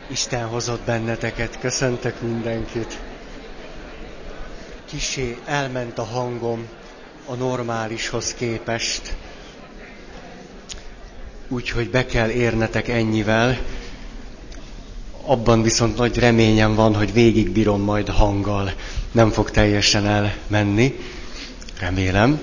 Isten hozott benneteket, köszöntök mindenkit. Kissé elment a hangom a normálishoz képest, úgyhogy be kell érnetek ennyivel. Abban viszont nagy reményem van, hogy végigbírom majd hanggal. Nem fog teljesen elmenni, remélem.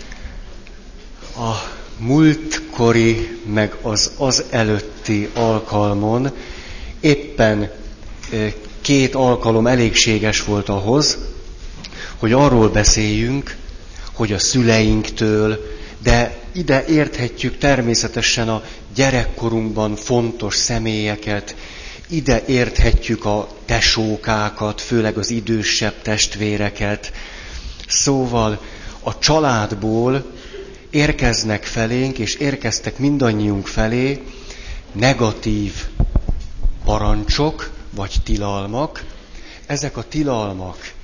A múltkori, meg az előtti alkalmon éppen 2 alkalom elégséges volt ahhoz, hogy arról beszéljünk, hogy a szüleinktől, de ide érthetjük természetesen a gyerekkorunkban fontos személyeket, ide érthetjük a tesókákat, főleg az idősebb testvéreket. Szóval a családból érkeznek felénk, és érkeztek mindannyiunk felé negatív parancsok, vagy tilalmak. Ezek a tilalmak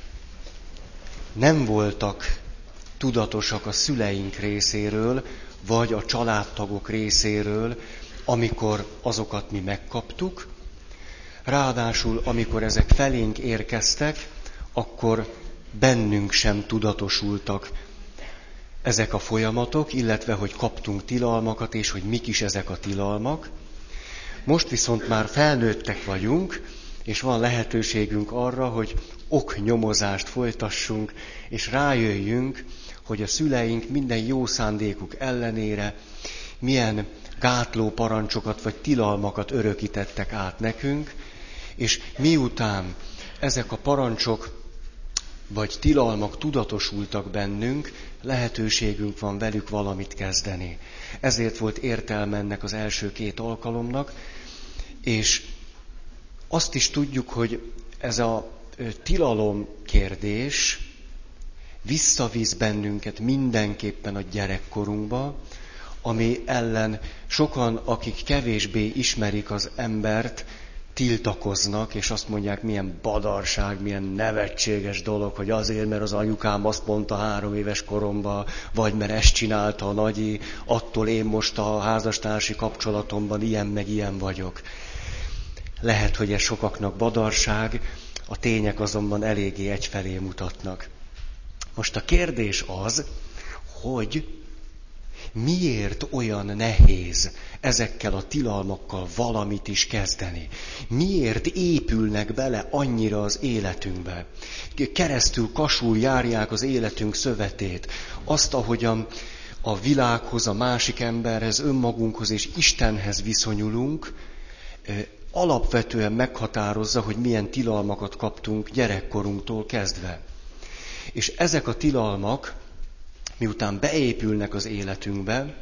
nem voltak tudatosak a szüleink részéről, vagy a családtagok részéről, amikor azokat mi megkaptuk. Ráadásul, amikor ezek felénk érkeztek, akkor bennünk sem tudatosultak ezek a folyamatok, illetve hogy kaptunk tilalmakat, és hogy mik is ezek a tilalmak. Most viszont már felnőttek vagyunk, és van lehetőségünk arra, hogy oknyomozást folytassunk, és rájöjjünk, hogy a szüleink minden jó szándékuk ellenére milyen gátló parancsokat vagy tilalmakat örökítettek át nekünk, és miután ezek a parancsok vagy tilalmak tudatosultak bennünk, lehetőségünk van velük valamit kezdeni. Ezért volt értelme ennek az első 2 alkalomnak, és azt is tudjuk, hogy ez a tilalom kérdés visszavisz bennünket mindenképpen a gyerekkorunkba, ami ellen sokan, akik kevésbé ismerik az embert, tiltakoznak, és azt mondják, milyen badarság, milyen nevetséges dolog, hogy azért, mert az anyukám azt mondta 3 éves koromban, vagy mert ezt csinálta a nagyi, attól én most a házastársi kapcsolatomban ilyen meg ilyen vagyok. Lehet, hogy ez sokaknak badarság, a tények azonban eléggé egyfelé mutatnak. Most a kérdés az, hogy miért olyan nehéz ezekkel a tilalmakkal valamit is kezdeni? Miért épülnek bele annyira az életünkbe? Keresztül kasul járják az életünk szövetét. Azt, ahogyan a világhoz, a másik emberhez, önmagunkhoz és Istenhez viszonyulunk, alapvetően meghatározza, hogy milyen tilalmakat kaptunk gyerekkorunktól kezdve. És ezek a tilalmak, miután beépülnek az életünkbe,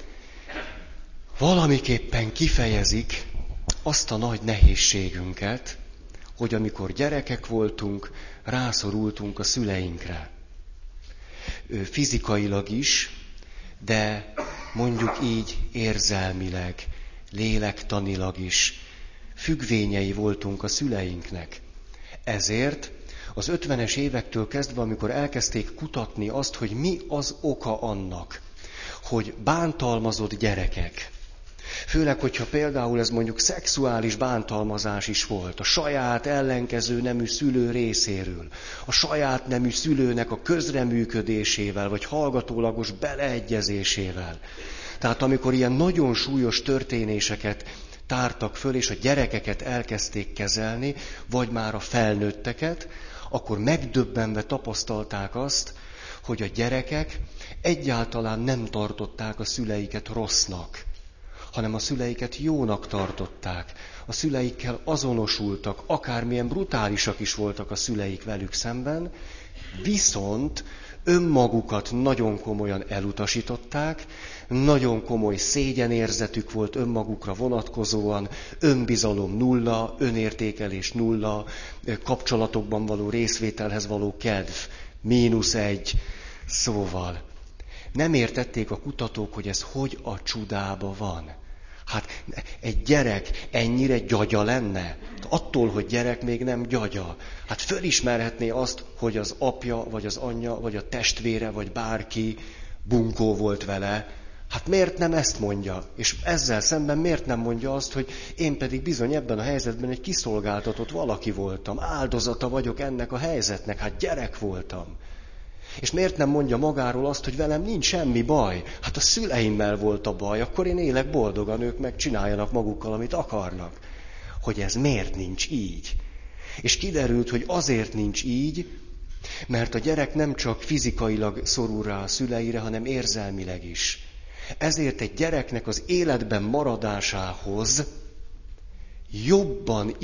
valamiképpen kifejezik azt a nagy nehézségünket, hogy amikor gyerekek voltunk, rászorultunk a szüleinkre. Fizikailag is, de mondjuk így érzelmileg, lélektanilag is függvényei voltunk a szüleinknek. Ezért az 50-es évektől kezdve, amikor elkezdték kutatni azt, hogy mi az oka annak, hogy bántalmazott gyerekek, főleg, hogyha például ez mondjuk szexuális bántalmazás is volt, a saját ellenkező nemű szülő részéről, a saját nemű szülőnek a közreműködésével, vagy hallgatólagos beleegyezésével. Tehát amikor ilyen nagyon súlyos történéseket tártak föl, és a gyerekeket elkezdték kezelni, vagy már a felnőtteket, akkor megdöbbenve tapasztalták azt, hogy a gyerekek egyáltalán nem tartották a szüleiket rossznak, hanem a szüleiket jónak tartották. A szüleikkel azonosultak, akármilyen brutálisak is voltak a szüleik velük szemben, viszont önmagukat nagyon komolyan elutasították, nagyon komoly szégyenérzetük volt önmagukra vonatkozóan, önbizalom 0, önértékelés 0, kapcsolatokban való részvételhez való kedv -1, szóval nem értették a kutatók, hogy ez hogy a csudába van. Hát egy gyerek ennyire gyagya lenne? Attól, hogy gyerek még nem gyagya. Hát fölismerhetné azt, hogy az apja, vagy az anyja, vagy a testvére, vagy bárki bunkó volt vele, Hát miért nem ezt mondja? És ezzel szemben miért nem mondja azt, hogy én pedig bizony ebben a helyzetben egy kiszolgáltatott valaki voltam, áldozata vagyok ennek a helyzetnek, hát gyerek voltam. És miért nem mondja magáról azt, hogy velem nincs semmi baj? Hát a szüleimmel volt a baj, akkor én élek boldogan, ők meg csináljanak magukkal, amit akarnak. Hogy ez miért nincs így? És kiderült, hogy azért nincs így, mert a gyerek nem csak fizikailag szorul rá a szüleire, hanem érzelmileg is. Ezért egy gyereknek az életben maradásához jobban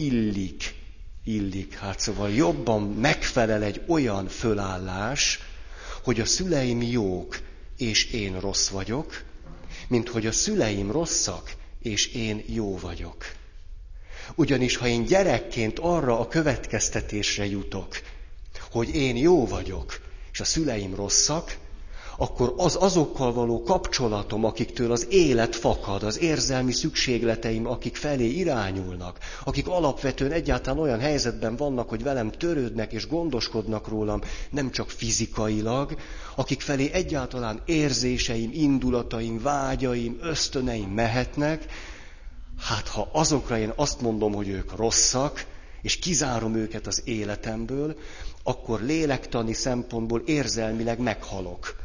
illik, hát szóval jobban megfelel egy olyan fölállás, hogy a szüleim jók, és én rossz vagyok, mint hogy a szüleim rosszak, és én jó vagyok. Ugyanis, ha én gyerekként arra a következtetésre jutok, hogy én jó vagyok, és a szüleim rosszak, akkor azokkal való kapcsolatom, akiktől az élet fakad, az érzelmi szükségleteim, akik felé irányulnak, akik alapvetően egyáltalán olyan helyzetben vannak, hogy velem törődnek és gondoskodnak rólam, nem csak fizikailag, akik felé egyáltalán érzéseim, indulataim, vágyaim, ösztöneim mehetnek, hát ha azokra én azt mondom, hogy ők rosszak, és kizárom őket az életemből, akkor lélektani szempontból érzelmileg meghalok.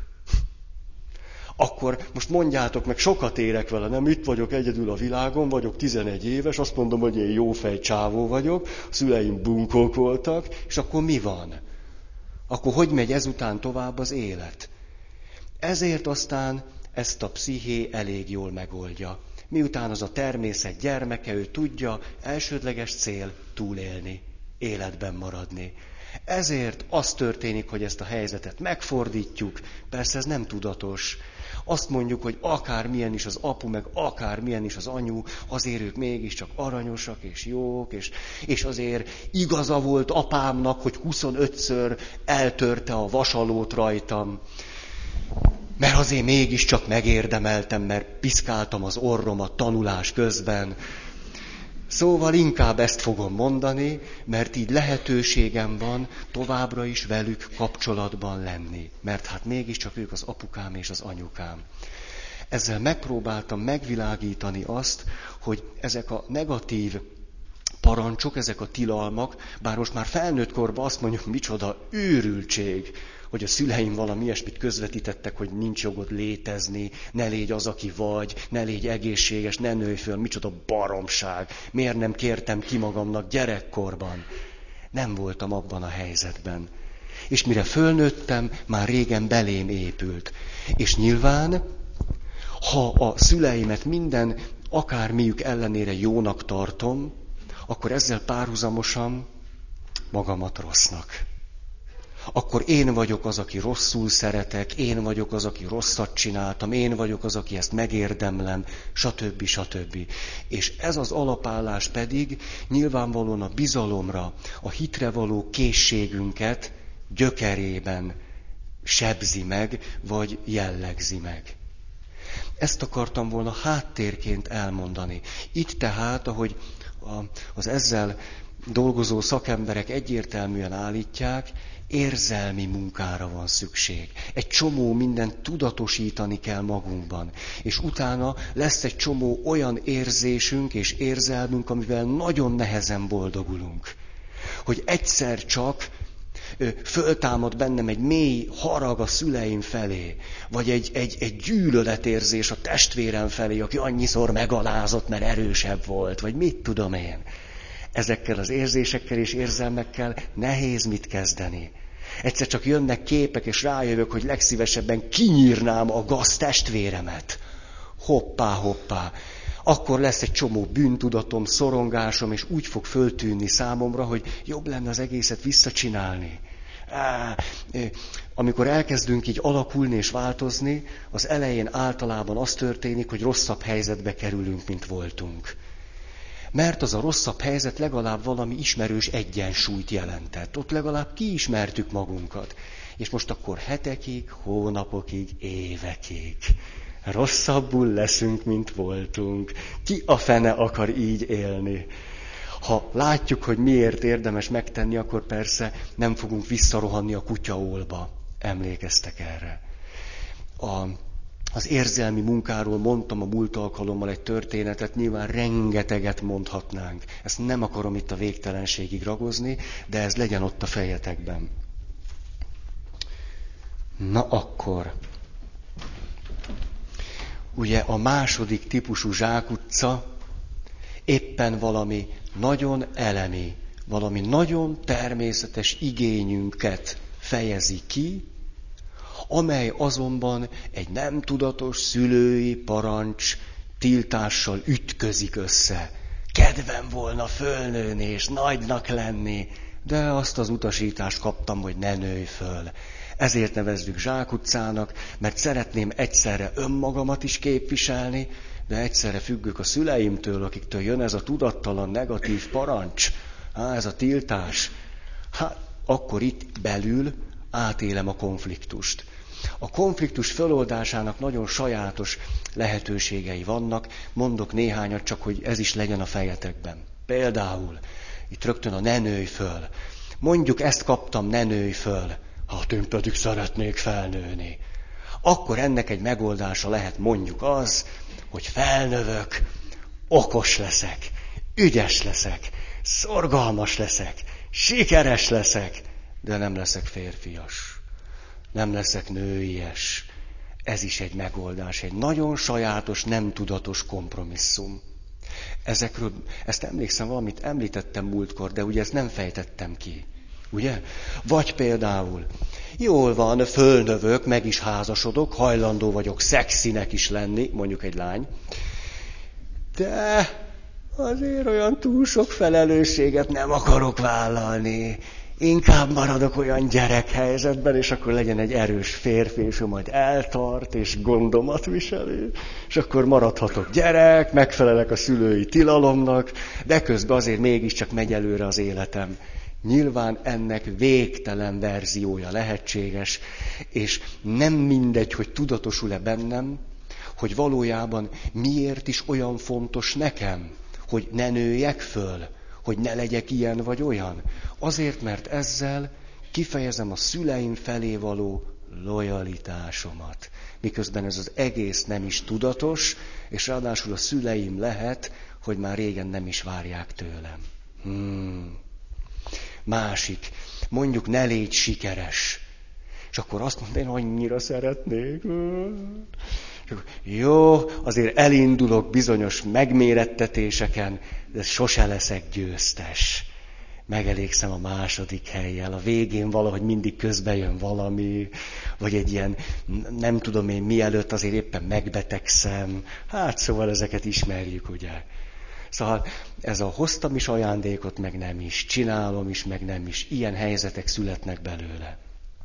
Akkor most mondjátok meg, sokat érek vele, nem? Itt vagyok egyedül a világon, vagyok 11 éves, azt mondom, hogy én jófej csávó vagyok, a szüleim bunkók voltak, és akkor mi van? Akkor hogy megy ezután tovább az élet? Ezért aztán ezt a psziché elég jól megoldja. Miután az a természet gyermeke, ő tudja, elsődleges cél túlélni, életben maradni. Ezért az történik, hogy ezt a helyzetet megfordítjuk, persze ez nem tudatos. Azt mondjuk, hogy akármilyen is az apu, meg akármilyen is az anyu, azért ők mégiscsak aranyosak és jók, és azért igaza volt apámnak, hogy 25-ször eltörte a vasalót rajtam. Mert azért mégiscsak megérdemeltem, mert piszkáltam az orromat tanulás közben. Szóval inkább ezt fogom mondani, mert így lehetőségem van továbbra is velük kapcsolatban lenni. Mert hát mégiscsak ők az apukám és az anyukám. Ezzel megpróbáltam megvilágítani azt, hogy ezek a negatív parancsok, ezek a tilalmak, bár most már felnőtt korban azt mondjuk, micsoda őrültség, hogy a szüleim valami ilyesmit közvetítettek, hogy nincs jogod létezni, ne légy az, aki vagy, ne légy egészséges, ne nőj föl, micsoda baromság. Miért nem kértem ki magamnak gyerekkorban? Nem voltam abban a helyzetben. És mire fölnőttem, már régen belém épült. És nyilván, ha a szüleimet minden akármiük ellenére jónak tartom, akkor ezzel párhuzamosan magamat rossznak. Akkor én vagyok az, aki rosszul szeretek, én vagyok az, aki rosszat csináltam, én vagyok az, aki ezt megérdemlem, stb. Stb. És ez az alapállás pedig nyilvánvalóan a bizalomra, a hitre való készségünket gyökerében sebzi meg, vagy jellegzi meg. Ezt akartam volna háttérként elmondani. Itt tehát, ahogy az ezzel dolgozó szakemberek egyértelműen állítják, érzelmi munkára van szükség. Egy csomó mindent tudatosítani kell magunkban. És utána lesz egy csomó olyan érzésünk és érzelmünk, amivel nagyon nehezen boldogulunk. Hogy egyszer csak föltámad bennem egy mély harag a szüleim felé, vagy egy gyűlöletérzés a testvérem felé, aki annyiszor megalázott, mert erősebb volt, vagy mit tudom én. Ezekkel az érzésekkel és érzelmekkel nehéz mit kezdeni. Egyszer csak jönnek képek, és rájövök, hogy legszívesebben kinyírnám a gaztestvéremet. Hoppá, hoppá. Akkor lesz egy csomó bűntudatom, szorongásom, és úgy fog föltűnni számomra, hogy jobb lenne az egészet visszacsinálni. Amikor elkezdünk így alakulni és változni, az elején általában az történik, hogy rosszabb helyzetbe kerülünk, mint voltunk. Mert az a rosszabb helyzet legalább valami ismerős egyensúlyt jelentett. Ott legalább kiismertük magunkat. És most akkor hetekig, hónapokig, évekig rosszabbul leszünk, mint voltunk. Ki a fene akar így élni? Ha látjuk, hogy miért érdemes megtenni, akkor persze nem fogunk visszarohanni a kutyaólba. Emlékeztek erre. Az érzelmi munkáról mondtam a múlt alkalommal egy történetet, nyilván rengeteget mondhatnánk. Ezt nem akarom itt a végtelenségig ragozni, de ez legyen ott a fejetekben. Na akkor. Ugye a második típusú zsákutca éppen valami nagyon elemi, valami nagyon természetes igényünket fejezi ki, amely azonban egy nem tudatos szülői parancs tiltással ütközik össze. Kedvem volna fölnőni és nagynak lenni, de azt az utasítást kaptam, hogy ne nőj föl. Ezért nevezzük zsákutcának, mert szeretném egyszerre önmagamat is képviselni, de egyszerre függök a szüleimtől, akiktől jön ez a tudattalan negatív parancs, ez a tiltás. Akkor itt belül átélem a konfliktust. A konfliktus föloldásának nagyon sajátos lehetőségei vannak, mondok néhányat, csak hogy ez is legyen a fejetekben. Például, itt rögtön a ne nőj föl. Mondjuk ezt kaptam, ne nőj föl, hát én pedig szeretnék felnőni. Akkor ennek egy megoldása lehet mondjuk az, hogy felnövök, okos leszek, ügyes leszek, szorgalmas leszek, sikeres leszek, de nem leszek férfias. Nem leszek nőies. Ez is egy megoldás, egy nagyon sajátos, nem tudatos kompromisszum. Ezt emlékszem, valamit említettem múltkor, de ugye ezt nem fejtettem ki. Ugye? Vagy például, jól van, fölnövök, meg is házasodok, hajlandó vagyok szexinek is lenni, mondjuk egy lány, de azért olyan túl sok felelősséget nem akarok vállalni. Inkább maradok olyan gyerekhelyzetben, és akkor legyen egy erős férfi, és ő majd eltart, és gondomat viseli, és akkor maradhatok gyerek, megfelelek a szülői tilalomnak, de közben azért mégiscsak megy előre az életem. Nyilván ennek végtelen verziója lehetséges, és nem mindegy, hogy tudatosul-e bennem, hogy valójában miért is olyan fontos nekem, hogy ne nőjek föl, hogy ne legyek ilyen vagy olyan. Azért, mert ezzel kifejezem a szüleim felé való lojalitásomat. Miközben ez az egész nem is tudatos, és ráadásul a szüleim lehet, hogy már régen nem is várják tőlem. Másik, mondjuk ne légy sikeres. És akkor azt mondom, én annyira szeretnék. Jó, azért elindulok bizonyos megmérettetéseken, de sose leszek győztes. Megelégszem a második hellyel, a végén valahogy mindig közbe jön valami, vagy egy ilyen, nem tudom én mielőtt, azért éppen megbetegszem. Hát szóval ezeket ismerjük, ugye. Szóval ez a hoztam is ajándékot, meg nem is, csinálom is, meg nem is. Ilyen helyzetek születnek belőle.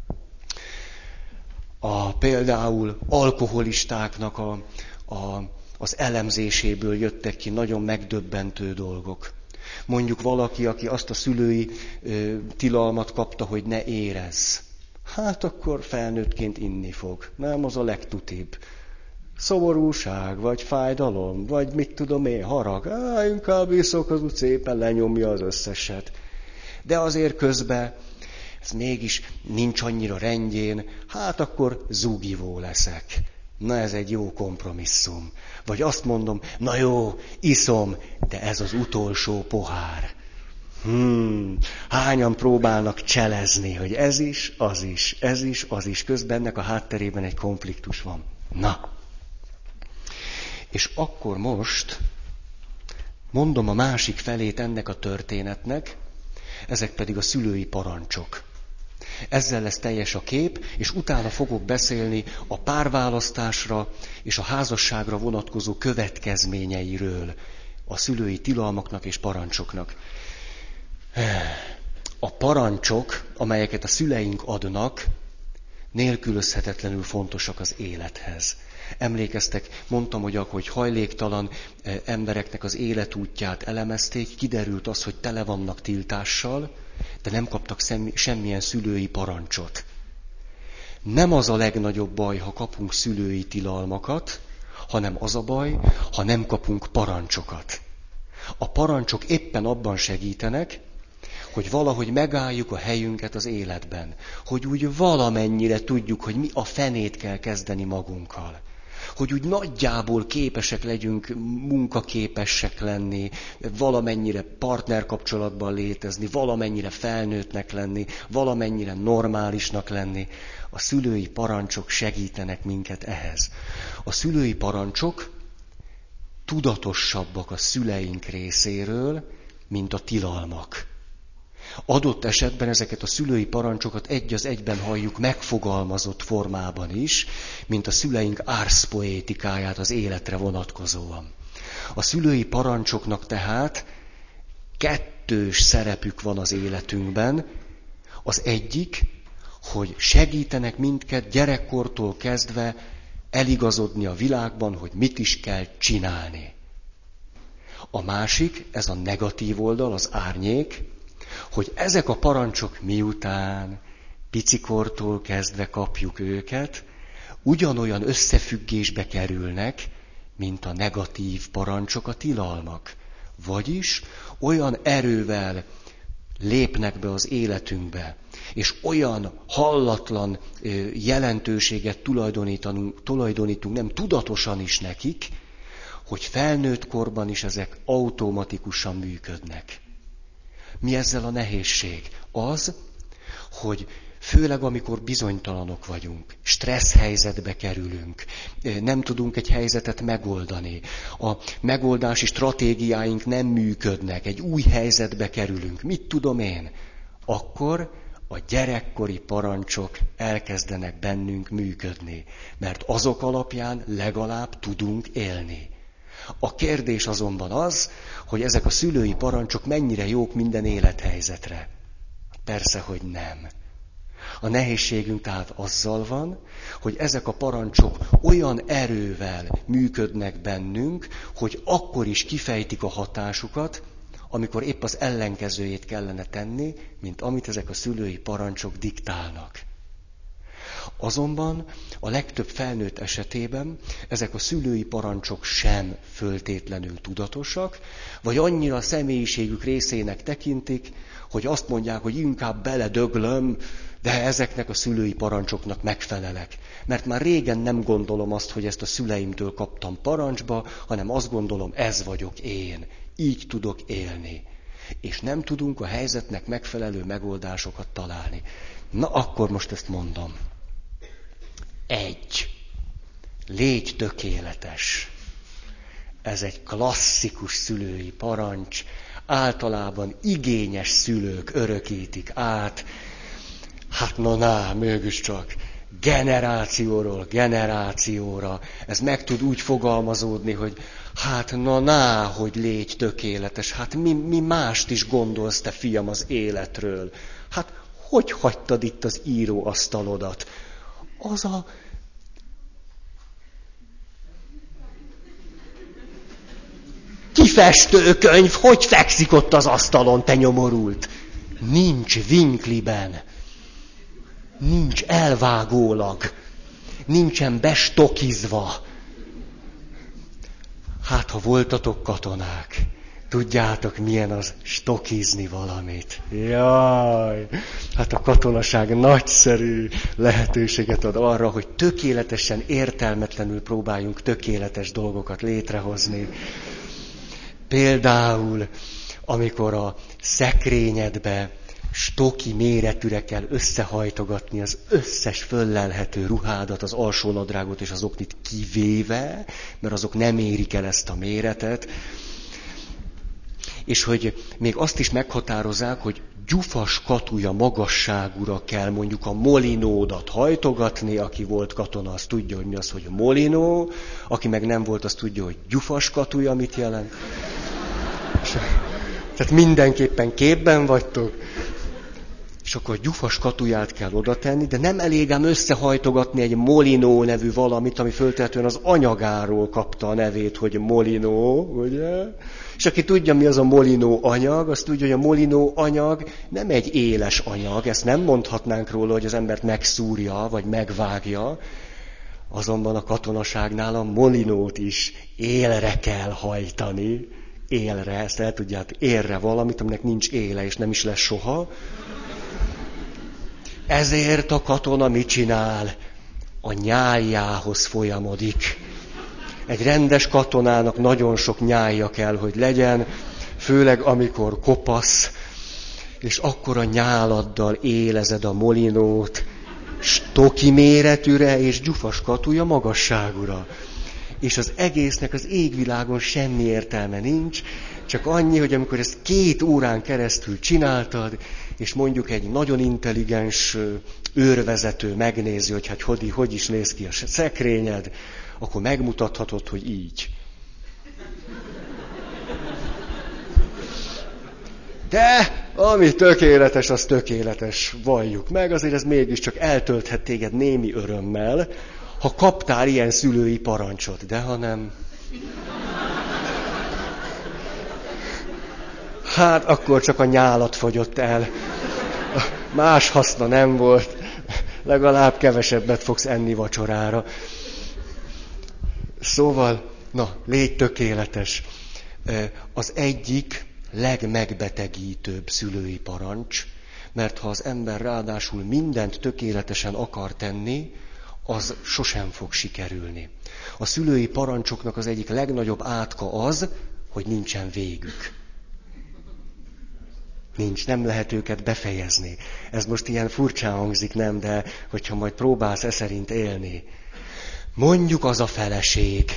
Például alkoholistáknak az elemzéséből jöttek ki nagyon megdöbbentő dolgok. Mondjuk valaki, aki azt a szülői tilalmat kapta, hogy ne érezz. Hát akkor felnőttként inni fog. Nem, az a legtutibb. Szomorúság, vagy fájdalom, vagy mit tudom én, harag. Inkább iszok, az úgy szépen lenyomja az összeset. De azért közben ez mégis nincs annyira rendjén, hát akkor zúgivó leszek. Na ez egy jó kompromisszum. Vagy azt mondom, na jó, iszom, de ez az utolsó pohár. Hányan próbálnak cselezni, hogy ez is, az is, ez is, az is. Közben ennek a hátterében egy konfliktus van. Na. És akkor most mondom a másik felét ennek a történetnek, ezek pedig a szülői parancsok. Ezzel lesz teljes a kép, és utána fogok beszélni a párválasztásra és a házasságra vonatkozó következményeiről, a szülői tilalmaknak és parancsoknak. A parancsok, amelyeket a szüleink adnak, nélkülözhetetlenül fontosak az élethez. Emlékeztek, mondtam, hogy hajléktalan embereknek az életútját elemezték, kiderült az, hogy tele vannak tiltással, de nem kaptak semmilyen szülői parancsot. Nem az a legnagyobb baj, ha kapunk szülői tilalmakat, hanem az a baj, ha nem kapunk parancsokat. A parancsok éppen abban segítenek, hogy valahogy megálljuk a helyünket az életben. Hogy úgy valamennyire tudjuk, hogy mi a fenét kell kezdeni magunkkal. hogy úgy nagyjából képesek legyünk munkaképesek lenni, valamennyire partnerkapcsolatban létezni, valamennyire felnőttnek lenni, valamennyire normálisnak lenni. A szülői parancsok segítenek minket ehhez. A szülői parancsok tudatosabbak a szüleink részéről, mint a tilalmak. Adott esetben ezeket a szülői parancsokat egy az egyben halljuk megfogalmazott formában is, mint a szüleink árszpoétikáját az életre vonatkozóan. A szülői parancsoknak tehát kettős szerepük van az életünkben. Az egyik, hogy segítenek minket gyerekkortól kezdve eligazodni a világban, hogy mit is kell csinálni. A másik, ez a negatív oldal, az árnyék, hogy ezek a parancsok miután picikortól kezdve kapjuk őket, ugyanolyan összefüggésbe kerülnek, mint a negatív parancsok, a tilalmak. Vagyis olyan erővel lépnek be az életünkbe, és olyan hallatlan jelentőséget tulajdonítunk nem tudatosan is nekik, hogy felnőtt korban is ezek automatikusan működnek. Mi ezzel a nehézség? Az, hogy főleg amikor bizonytalanok vagyunk, stressz helyzetbe kerülünk, nem tudunk egy helyzetet megoldani, a megoldási stratégiáink nem működnek, egy új helyzetbe kerülünk, mit tudom én, akkor a gyerekkori parancsok elkezdenek bennünk működni, mert azok alapján legalább tudunk élni. A kérdés azonban az, hogy ezek a szülői parancsok mennyire jók minden élethelyzetre. Persze, hogy nem. A nehézségünk tehát azzal van, hogy ezek a parancsok olyan erővel működnek bennünk, hogy akkor is kifejtik a hatásukat, amikor épp az ellenkezőjét kellene tenni, mint amit ezek a szülői parancsok diktálnak. Azonban a legtöbb felnőtt esetében ezek a szülői parancsok sem föltétlenül tudatosak, vagy annyira a személyiségük részének tekintik, hogy azt mondják, hogy inkább beledöglöm, de ezeknek a szülői parancsoknak megfelelek. Mert már régen nem gondolom azt, hogy ezt a szüleimtől kaptam parancsba, hanem azt gondolom, ez vagyok én. Így tudok élni. És nem tudunk a helyzetnek megfelelő megoldásokat találni. Na, akkor most ezt mondom. 1. Légy tökéletes. Ez egy klasszikus szülői parancs. Általában igényes szülők örökítik át. Hát mégiscsak generációról generációra. Ez meg tud úgy fogalmazódni, hogy hogy légy tökéletes. Hát mi mást is gondolsz, te fiam, az életről? Hát hogy hagytad itt az íróasztalodat? Az a... kifestőkönyv, hogy fekszik ott az asztalon, te nyomorult? Nincs vinkliben, nincs elvágólag, nincsen bestokizva. Hát, ha voltatok katonák, tudjátok, milyen az stokizni valamit. Jaj! Hát a katonaság nagyszerű lehetőséget ad arra, hogy tökéletesen, értelmetlenül próbáljunk tökéletes dolgokat létrehozni. Például, amikor a szekrényedbe stoki méretűre kell összehajtogatni az összes föllelhető ruhádat, az alsónadrágot és az oknit kivéve, mert azok nem érik el ezt a méretet, és hogy még azt is meghatározzák, hogy gyufas katúja magasságúra kell mondjuk a molinódat hajtogatni, aki volt katona, az tudja, hogy mi az, hogy molinó, aki meg nem volt, az tudja, hogy gyufas katúja mit jelent. Tehát mindenképpen képben vagytok. És akkor gyufas katuját kell oda tenni, de nem elég ám összehajtogatni egy molinó nevű valamit, ami föltehetően az anyagáról kapta a nevét, hogy molinó, ugye? És aki tudja, mi az a molinó anyag, azt tudja, hogy a molinó anyag nem egy éles anyag, ezt nem mondhatnánk róla, hogy az embert megszúrja, vagy megvágja, azonban a katonaságnál a molinót is élre kell hajtani, élre, ezt el tudjátok, érre valamit, aminek nincs éle, és nem is lesz soha. Ezért a katona mit csinál? A nyáljához folyamodik. Egy rendes katonának nagyon sok nyálja kell, hogy legyen, főleg amikor kopasz, és akkor a nyáladdal élezed a molinót, stoki méretűre és gyufas katúja magasságúra. És az egésznek az égvilágon semmi értelme nincs, csak annyi, hogy amikor ezt 2 órán keresztül csináltad, és mondjuk egy nagyon intelligens őrvezető megnézi, hogy hát hogy is néz ki a szekrényed, akkor megmutathatod, hogy így. De ami tökéletes, az tökéletes, valljuk meg, azért ez mégiscsak eltölthet téged némi örömmel, ha kaptál ilyen szülői parancsot, de ha nem... Hát akkor csak a nyálat fogyott el. Más haszna nem volt. Legalább kevesebbet fogsz enni vacsorára. Szóval, légy tökéletes. Az egyik legmegbetegítőbb szülői parancs, mert ha az ember ráadásul mindent tökéletesen akar tenni, az sosem fog sikerülni. A szülői parancsoknak az egyik legnagyobb átka az, hogy nincsen végük. Nem lehet őket befejezni. Ez most ilyen furcsán hangzik, nem, de hogyha majd próbálsz szerint élni. Mondjuk az a feleség.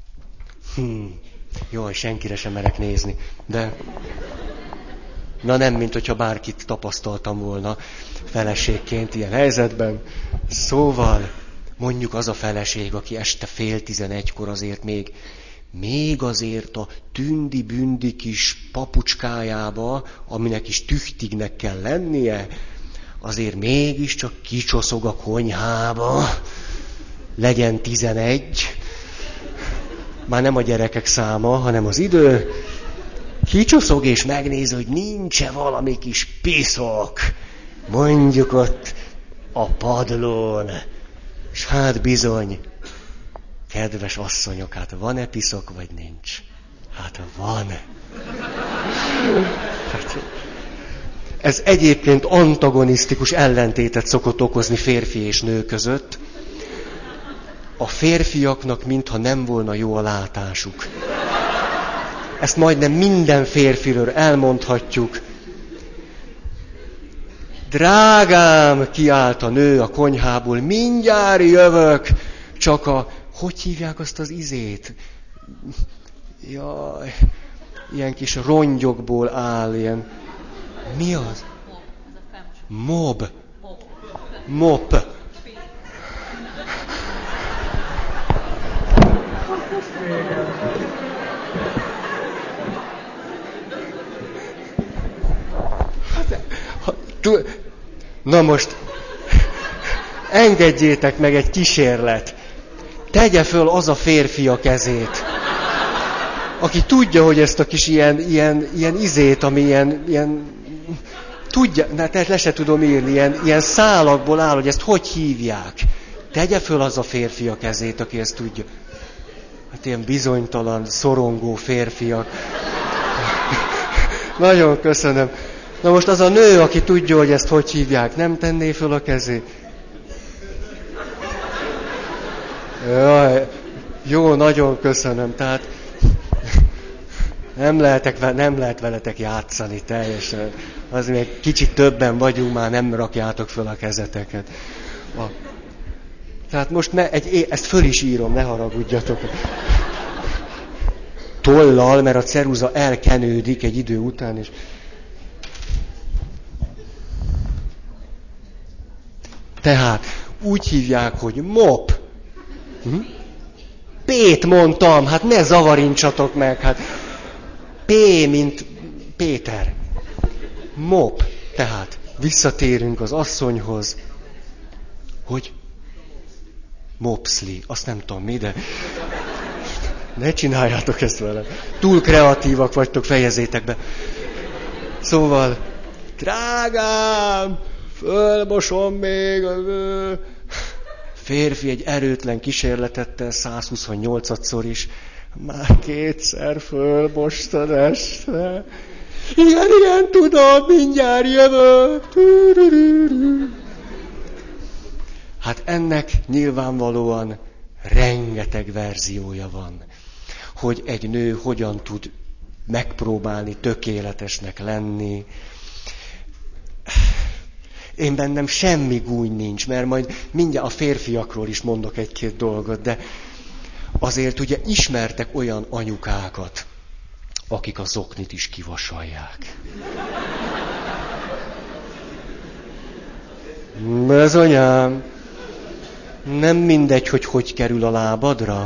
Jaj, senkire sem merek nézni, de... nem, mint hogyha bárkit tapasztaltam volna feleségként ilyen helyzetben. Szóval, mondjuk az a feleség, aki este 10:30 azért még azért a tündi-bündi kis papucskájába, aminek is tüchtignek kell lennie, azért mégiscsak kicsoszog a konyhába, legyen 11, már nem a gyerekek száma, hanem az idő, kicsoszog és megnézi, hogy nincs-e valami kis piszok, mondjuk ott a padlón, és hát bizony, kedves asszonyok, hát van-e piszok, vagy nincs? Hát van. Ez egyébként antagonisztikus ellentétet szokott okozni férfi és nő között. A férfiaknak mintha nem volna jó a látásuk. Ezt majdnem minden férfiről elmondhatjuk. Drágám, kiált a nő a konyhából, mindjárt jövök, csak hogy hívják azt az izét? Jaj, ilyen kis rongyokból áll, ilyen... Mi az? Mop. Na most, engedjétek meg egy kísérlet. Tegye föl az a férfi a kezét, aki tudja, hogy ezt a kis ilyen izét, ami ilyen tudja, tehát le se tudom írni, ilyen szálakból áll, hogy ezt hogy hívják. Tegye föl az a férfi a kezét, aki ezt tudja. Hát ilyen bizonytalan, szorongó férfiak. Nagyon köszönöm. Na most az a nő, aki tudja, hogy ezt hogy hívják, nem tenné föl a kezét? Jaj, jó, nagyon köszönöm. Tehát nem lehet veletek játszani teljesen. Az még kicsit többen vagyunk, már nem rakjátok föl a kezeteket. Tehát most ezt föl is írom, ne haragudjatok. Tollal, mert a ceruza elkenődik egy idő után, és... Tehát úgy hívják, hogy mop. P-t mondtam, hát ne zavarincsatok meg, hát P, mint Péter. Mop. Tehát visszatérünk az asszonyhoz, hogy mopszli, azt nem tudom mi, de ne csináljátok ezt vele. Túl kreatívak vagytok, fejezzétek be. Szóval, drágám, fölmosom még a... Férfi egy erőtlen kísérletet tesz 128-szor is. Már 2-szer fölmostad este. Igen, tudom, mindjárt jövök. Hát ennek nyilvánvalóan rengeteg verziója van, hogy egy nő hogyan tud megpróbálni tökéletesnek lenni. Én bennem semmi gúny nincs, mert majd mindjárt a férfiakról is mondok egy-két dolgot, de azért ugye ismertek olyan anyukákat, akik a zoknit is kivasalják. Bezonyám, nem mindegy, hogy kerül a lábadra.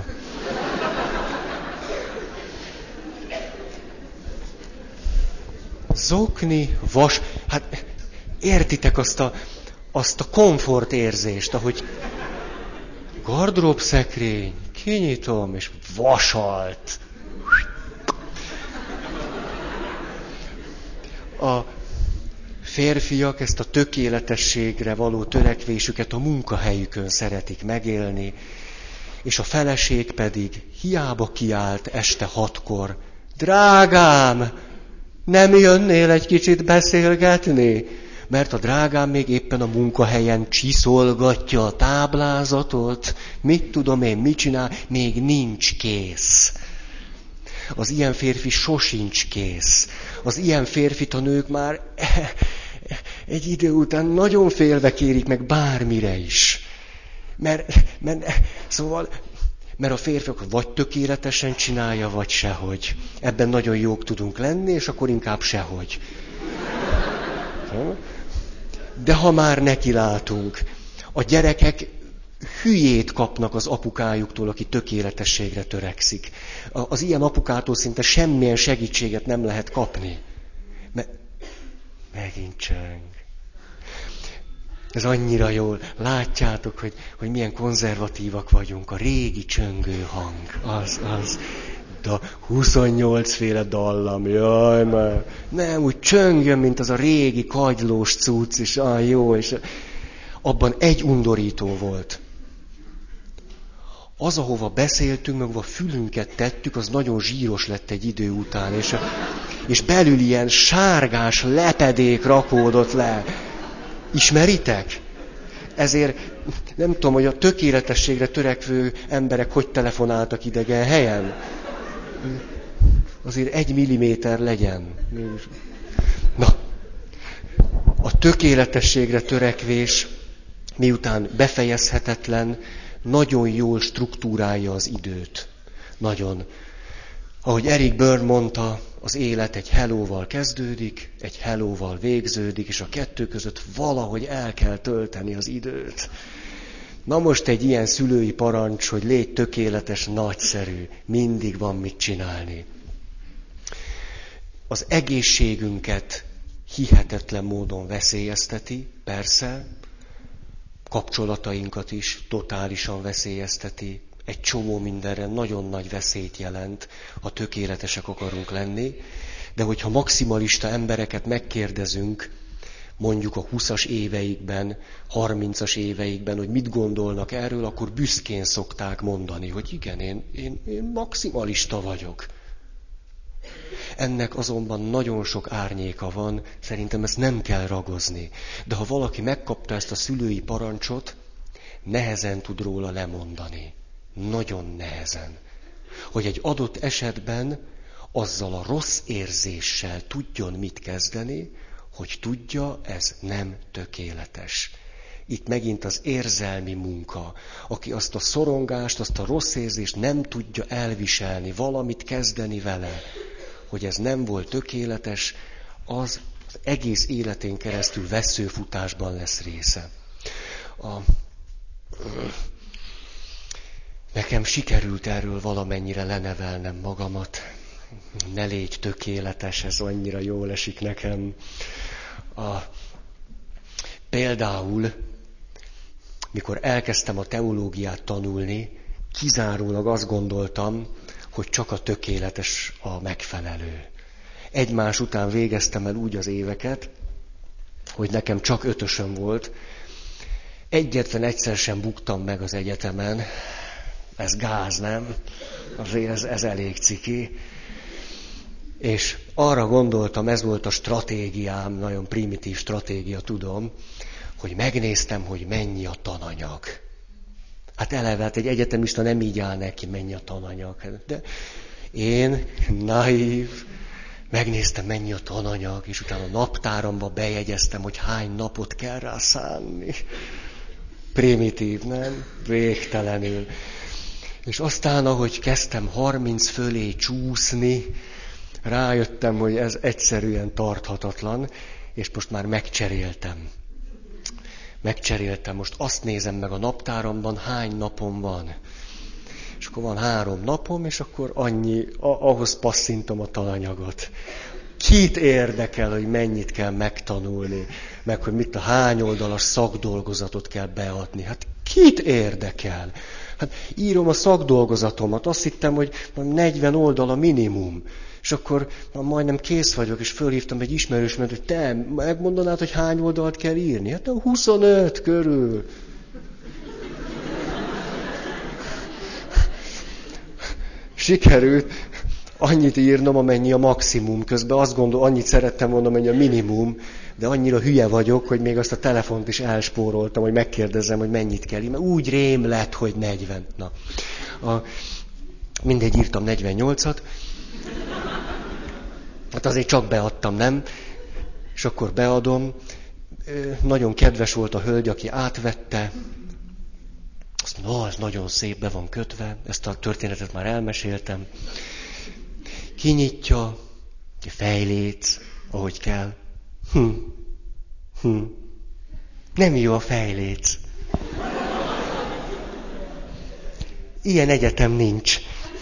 Zokni, hát értitek azt a komfortérzést, ahogy gardróbszekrény, kinyitom, és vasalt. A férfiak ezt a tökéletességre való törekvésüket a munkahelyükön szeretik megélni, és a feleség pedig hiába kiált este 6-kor. Drágám, nem jönnél egy kicsit beszélgetni? Mert a drágám még éppen a munkahelyen csiszolgatja a táblázatot. Mit tudom én, mit csinál? Még nincs kész. Az ilyen férfi sosincs kész. Az ilyen férfit a nők már egy idő után nagyon félve kérik meg bármire is. Mert a férfiak vagy tökéletesen csinálja, vagy sehogy. Ebben nagyon jók tudunk lenni, és akkor inkább sehogy. De ha már nekilátunk, a gyerekek hülyét kapnak az apukájuktól, aki tökéletességre törekszik. Az ilyen apukától szinte semmilyen segítséget nem lehet kapni. Megint csöng. Ez annyira jól. Látjátok, hogy milyen konzervatívak vagyunk. A régi csöngő hang. Az. De 28 féle dallam. Jaj, már. Nem, úgy csöngjön, mint az a régi kagylós cucc, és jó, és abban egy undorító volt. Az, ahova beszéltünk, meg ahova fülünket tettük, az nagyon zsíros lett egy idő után, és belül ilyen sárgás lepedék rakódott le. Ismeritek? Ezért nem tudom, hogy a tökéletességre törekvő emberek hogy telefonáltak idegen helyen. Azért 1 milliméter legyen. Na, a tökéletességre törekvés, miután befejezhetetlen, nagyon jól struktúrálja az időt. Nagyon. Ahogy Eric Berne mondta, az élet egy hellóval kezdődik, egy hellóval végződik, és a kettő között valahogy el kell tölteni az időt. Na most egy ilyen szülői parancs, hogy légy tökéletes, nagyszerű, mindig van mit csinálni. Az egészségünket hihetetlen módon veszélyezteti, persze, kapcsolatainkat is totálisan veszélyezteti, egy csomó mindenre nagyon nagy veszélyt jelent, ha tökéletesek akarunk lenni, de hogyha maximalista embereket megkérdezünk, mondjuk a 20-as éveikben, 30-as éveikben, hogy mit gondolnak erről, akkor büszkén szokták mondani, hogy igen, én maximalista vagyok. Ennek azonban nagyon sok árnyéka van, szerintem ezt nem kell ragozni. De ha valaki megkapta ezt a szülői parancsot, nehezen tud róla lemondani. Nagyon nehezen. Hogy egy adott esetben azzal a rossz érzéssel tudjon mit kezdeni, hogy tudja, ez nem tökéletes. Itt megint az érzelmi munka. Aki azt a szorongást, azt a rossz érzést nem tudja elviselni, valamit kezdeni vele, hogy ez nem volt tökéletes, az egész életén keresztül vesszőfutásban lesz része. Nekem sikerült erről valamennyire lenevelnem magamat. Ne légy tökéletes, ez annyira jól esik nekem. Például, mikor elkezdtem a teológiát tanulni, kizárólag azt gondoltam, hogy csak a tökéletes a megfelelő. Egymás után végeztem el úgy az éveket, hogy nekem csak 5-ösöm volt. Egyetlen egyszer sem buktam meg az egyetemen. Ez gáz, nem? Azért ez elég ciki. És arra gondoltam, ez volt a stratégiám, nagyon primitív stratégia, tudom, hogy megnéztem, hogy mennyi a tananyag. Hát eleve, hát egy egyetemista nem így áll neki, mennyi a tananyag. De én, naív, megnéztem, mennyi a tananyag, és utána a naptáramba bejegyeztem, hogy hány napot kell rá szánni. Primitív, nem? Végtelenül. És aztán, ahogy kezdtem 30 fölé csúszni, rájöttem, hogy ez egyszerűen tarthatatlan, és most már megcseréltem. Most azt nézem meg a naptáramban, hány napom van. És akkor van 3 napom, és akkor ahhoz passzintom a tananyagot. Kit érdekel, hogy mennyit kell megtanulni, meg hogy hány oldalas szakdolgozatot kell beadni. Hát kit érdekel? Hát írom a szakdolgozatomat, azt hittem, hogy 40 oldal a minimum. És akkor majdnem kész vagyok, és fölhívtam egy ismerősömet, hogy te megmondanád, hogy hány oldalt kell írni? Hát 25 körül. Sikerült annyit írnom, amennyi a maximum. Közben azt gondolom, annyit szerettem volna, amennyi a minimum, de annyira hülye vagyok, hogy még azt a telefont is elspóroltam, hogy megkérdezzem, hogy mennyit kell írni. Úgy rém lett, hogy 40. Na, mindegy, írtam 48-at. Hát azért csak beadtam, nem? És akkor beadom. Nagyon kedves volt a hölgy, aki átvette. Azt mondja, ez nagyon szép, be van kötve. Ezt a történetet már elmeséltem. Kinyitja, fejléc, ahogy kell. Nem jó a fejléc. Ilyen egyetem nincs.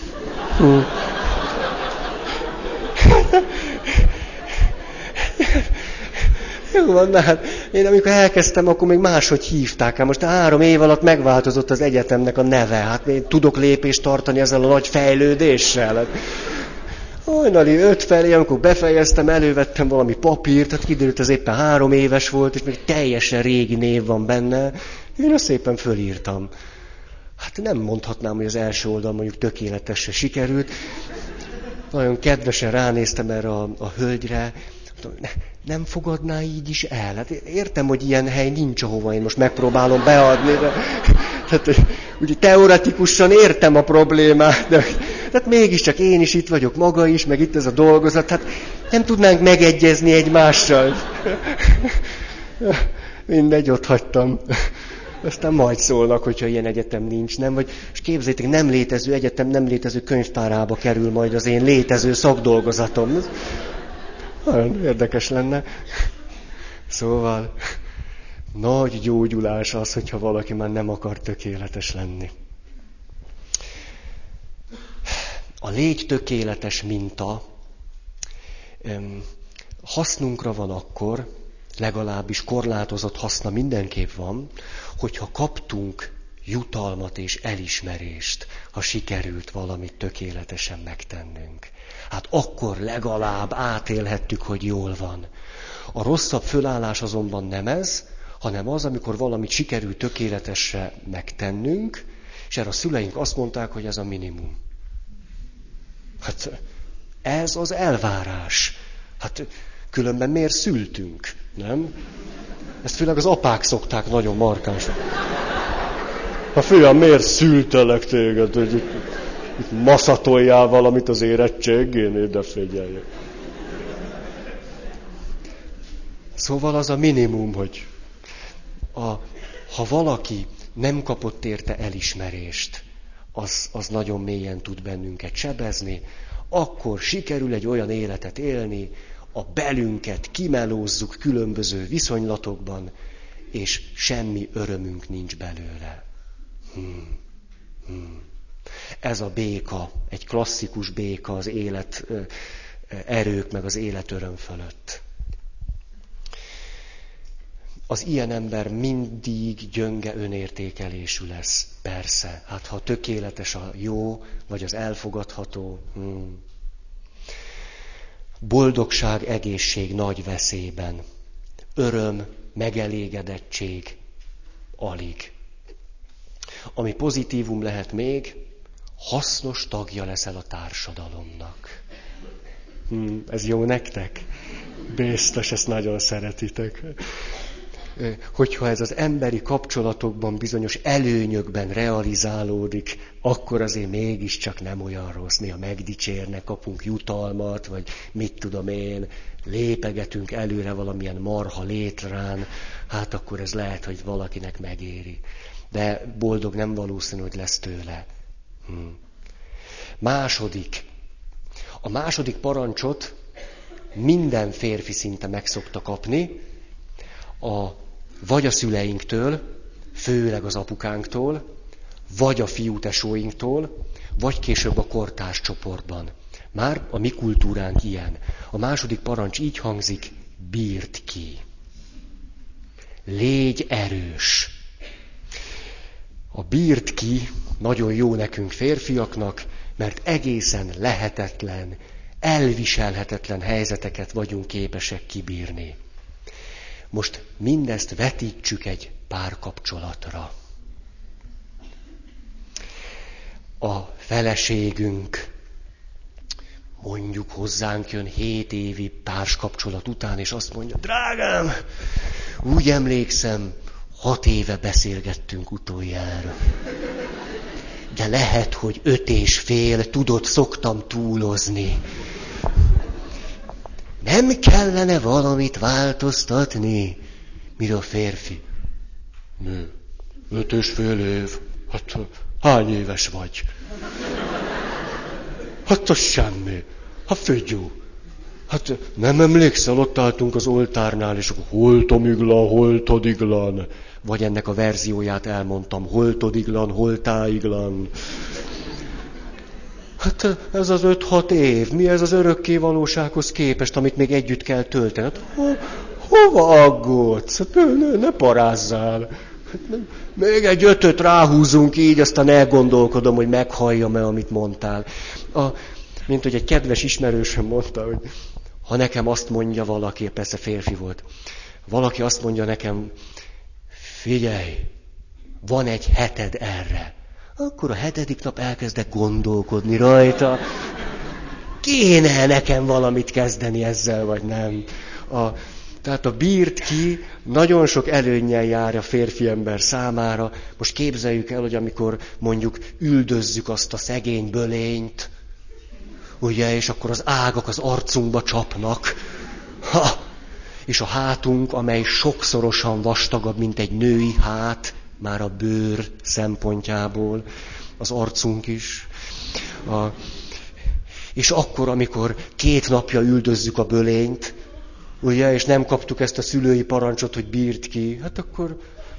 Jó van, hát én amikor elkezdtem, akkor még máshogy hívták el. Most 3 év alatt megváltozott az egyetemnek a neve. Hát én tudok lépést tartani ezzel a nagy fejlődéssel. Hajnali 5 felé, amikor befejeztem, elővettem valami papírt, hát kiderült, ez éppen 3 éves volt, és még teljesen régi név van benne. Én azt szépen fölírtam. Hát nem mondhatnám, hogy az első oldal mondjuk tökéletesen sikerült. Nagyon kedvesen ránéztem erre a hölgyre. Nem fogadná így is el? Hát értem, hogy ilyen hely nincs, ahova én most megpróbálom beadni. De, hát, ugye teoretikusan értem a problémát, de hát mégiscsak én is itt vagyok, maga is, meg itt ez a dolgozat. Hát nem tudnánk megegyezni egymással. Mindegy, ott hagytam. Aztán majd szólnak, hogyha ilyen egyetem nincs, nem? Vagy, és képzeljétek, nem létező egyetem, nem létező könyvtárába kerül majd az én létező szakdolgozatom. Nagyon érdekes lenne. Szóval nagy gyógyulás az, hogyha valaki már nem akar tökéletes lenni. A légy tökéletes minta hasznunkra van akkor, legalábbis korlátozott haszna mindenképp van, hogyha kaptunk jutalmat és elismerést, ha sikerült valamit tökéletesen megtennünk. Hát akkor legalább átélhettük, hogy jól van. A rosszabb fölállás azonban nem ez, hanem az, amikor valamit sikerült tökéletesen megtennünk, és erre a szüleink azt mondták, hogy ez a minimum. Hát ez az elvárás. Hát különben miért szültünk, nem? Ezt főleg az apák szokták nagyon markánsan. Ha fiam, miért szültelek téged, hogy itt maszatoljál valamit az érettségén, de figyelj. Szóval az a minimum, hogy ha valaki nem kapott érte elismerést, az nagyon mélyen tud bennünket sebezni, akkor sikerül egy olyan életet élni, a belünket kimelózzuk különböző viszonylatokban, és semmi örömünk nincs belőle. Ez a béka, egy klasszikus béka az élet erők meg az élet öröm fölött. Az ilyen ember mindig gyönge önértékelésű lesz, persze. Hát ha tökéletes a jó, vagy az elfogadható. Boldogság, egészség nagy veszélyben. Öröm, megelégedettség, alig. Ami pozitívum lehet még, hasznos tagja leszel a társadalomnak. Ez jó nektek? Biztos, ezt nagyon szeretitek. hogyha ez az emberi kapcsolatokban bizonyos előnyökben realizálódik, akkor azért mégiscsak nem olyan rossz. Néha megdicsérnek, kapunk jutalmat, vagy mit tudom én, lépegetünk előre valamilyen marha létrán, hát akkor ez lehet, hogy valakinek megéri. De boldog nem valószínű, hogy lesz tőle. Második. A második parancsot minden férfi szinte meg szokta kapni, vagy a szüleinktől, főleg az apukánktól, vagy a fiútesóinktól, vagy később a kortárs csoportban. Már a mi kultúránk ilyen. A második parancs így hangzik, bírd ki. Légy erős. A bírd ki nagyon jó nekünk férfiaknak, mert egészen lehetetlen, elviselhetetlen helyzeteket vagyunk képesek kibírni. Most mindezt vetítsük egy párkapcsolatra. A feleségünk mondjuk hozzánk jön 7 évi társkapcsolat után, és azt mondja, drágám, úgy emlékszem, 6 éve beszélgettünk utoljára. De lehet, hogy 5,5, tudod, szoktam túlozni. Nem kellene valamit változtatni? Mire a férfi? Nő, 5,5 év. Hát hány éves vagy? Hát az semmi. Hát figyú. Hát nem emlékszel, ott álltunk az oltárnál, és akkor holtomiglan, holtodiglan. Vagy ennek a verzióját elmondtam, holtodiglan, holtáiglan. Hát ez az 5-6 év, mi ez az örökké valósághoz képest, amit még együtt kell tölteni? Hát, hova aggódsz? Hát, ne parázzál. Hát, még egy 5-öt ráhúzunk így, aztán elgondolkodom, hogy meghalljam-e, amit mondtál. Mint hogy egy kedves ismerősöm mondta, hogy ha nekem azt mondja valaki, persze férfi volt, valaki azt mondja nekem, figyelj, van egy heted erre. Akkor a 7. nap elkezdek gondolkodni rajta. Kéne nekem valamit kezdeni ezzel, vagy nem. Tehát a bírt ki nagyon sok előnnyel jár a férfi ember számára. Most képzeljük el, hogy amikor mondjuk üldözzük azt a szegény bölényt, ugye, és akkor az ágak az arcunkba csapnak. És a hátunk, amely sokszorosan vastagabb, mint egy női hát, már a bőr szempontjából, az arcunk is. És akkor, amikor 2 napja üldözzük a bölényt, ugye, és nem kaptuk ezt a szülői parancsot, hogy bírd ki, hát akkor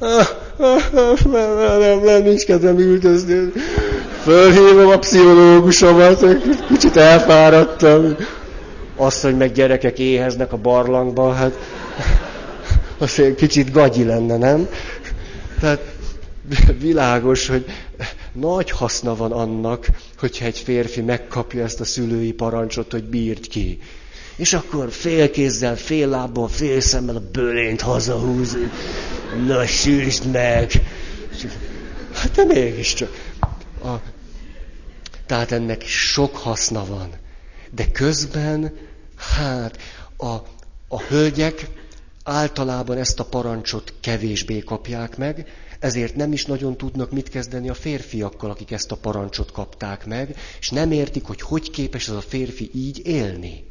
nem, nincs kedvem üldözni. Fölhívom a pszichológusomat, kicsit elfáradtam. Azt, hogy meg gyerekek éheznek a barlangban, hát az egy kicsit gagyi lenne, nem? Tehát világos, hogy nagy haszna van annak, hogyha egy férfi megkapja ezt a szülői parancsot, hogy bírd ki. És akkor fél kézzel, fél lábbal, fél szemmel a bölényt hazahúz. Na, süsd meg! Hát de mégiscsak. Tehát ennek sok haszna van. De közben, hát a hölgyek általában ezt a parancsot kevésbé kapják meg, ezért nem is nagyon tudnak mit kezdeni a férfiakkal, akik ezt a parancsot kapták meg, és nem értik, hogy képes az a férfi így élni.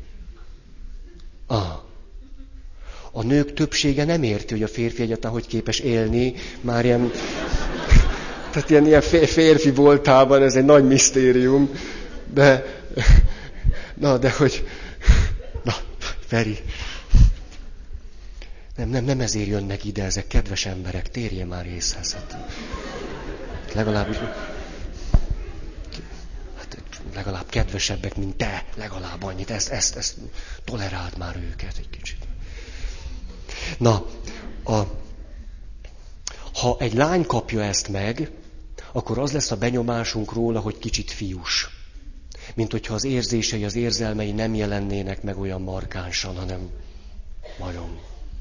A nők többsége nem érti, hogy a férfi egyáltalán hogy képes élni, már ilyen... Tehát ilyen férfi voltában ez egy nagy misztérium, de hogy... Na, Feri... Nem ezért jönnek ide ezek kedves emberek, térjél már észhez. Hát, legalább kedvesebbek, mint te, legalább annyit. Ezt toleráld már őket egy kicsit. Na, ha egy lány kapja ezt meg, akkor az lesz a benyomásunk róla, hogy kicsit fiús. Mint hogyha az érzései, az érzelmei nem jelennének meg olyan markánsan, hanem nagyon.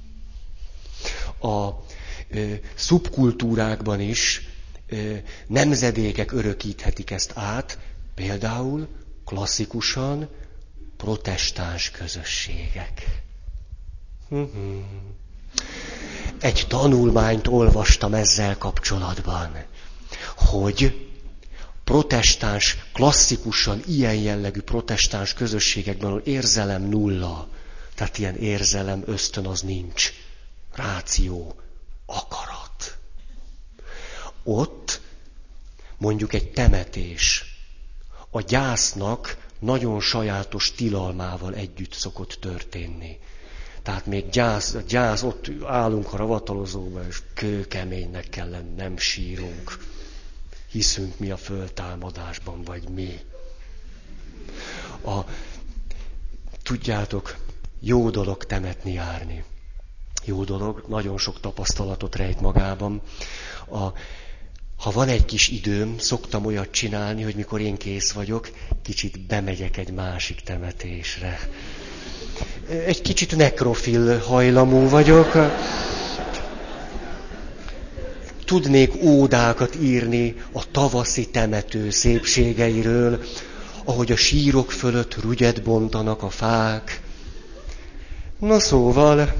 A szubkultúrákban is nemzedékek örökíthetik ezt át, például klasszikusan protestáns közösségek. egy tanulmányt olvastam ezzel kapcsolatban, hogy protestáns, klasszikusan ilyen jellegű protestáns közösségekben, ahol érzelem nulla, tehát ilyen érzelem, ösztön az nincs, ráció, akarat. Ott mondjuk egy temetés a gyásznak nagyon sajátos tilalmával együtt szokott történni. Tehát még gyász, ott állunk a ravatalozóban, és kőkeménynek kell lenni, nem sírunk. Hiszünk mi a föltámadásban, vagy mi. Tudjátok, jó dolog temetni járni. Jó dolog, nagyon sok tapasztalatot rejt magában. Ha van egy kis időm, szoktam olyat csinálni, hogy mikor én kész vagyok, kicsit bemegyek egy másik temetésre. Egy kicsit nekrofil hajlamú vagyok. Tudnék ódákat írni a tavaszi temető szépségeiről, ahogy a sírok fölött rügyet bontanak a fák. Na szóval,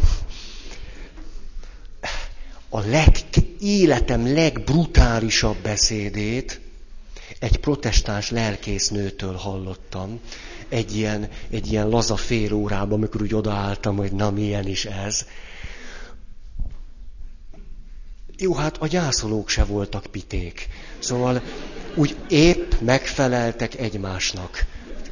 életem legbrutálisabb beszédét egy protestáns lelkésznőtől hallottam, egy ilyen laza fél órában, amikor úgy odaálltam, hogy na milyen is ez. Jó, hát a gyászolók se voltak piték. Szóval úgy épp megfeleltek egymásnak.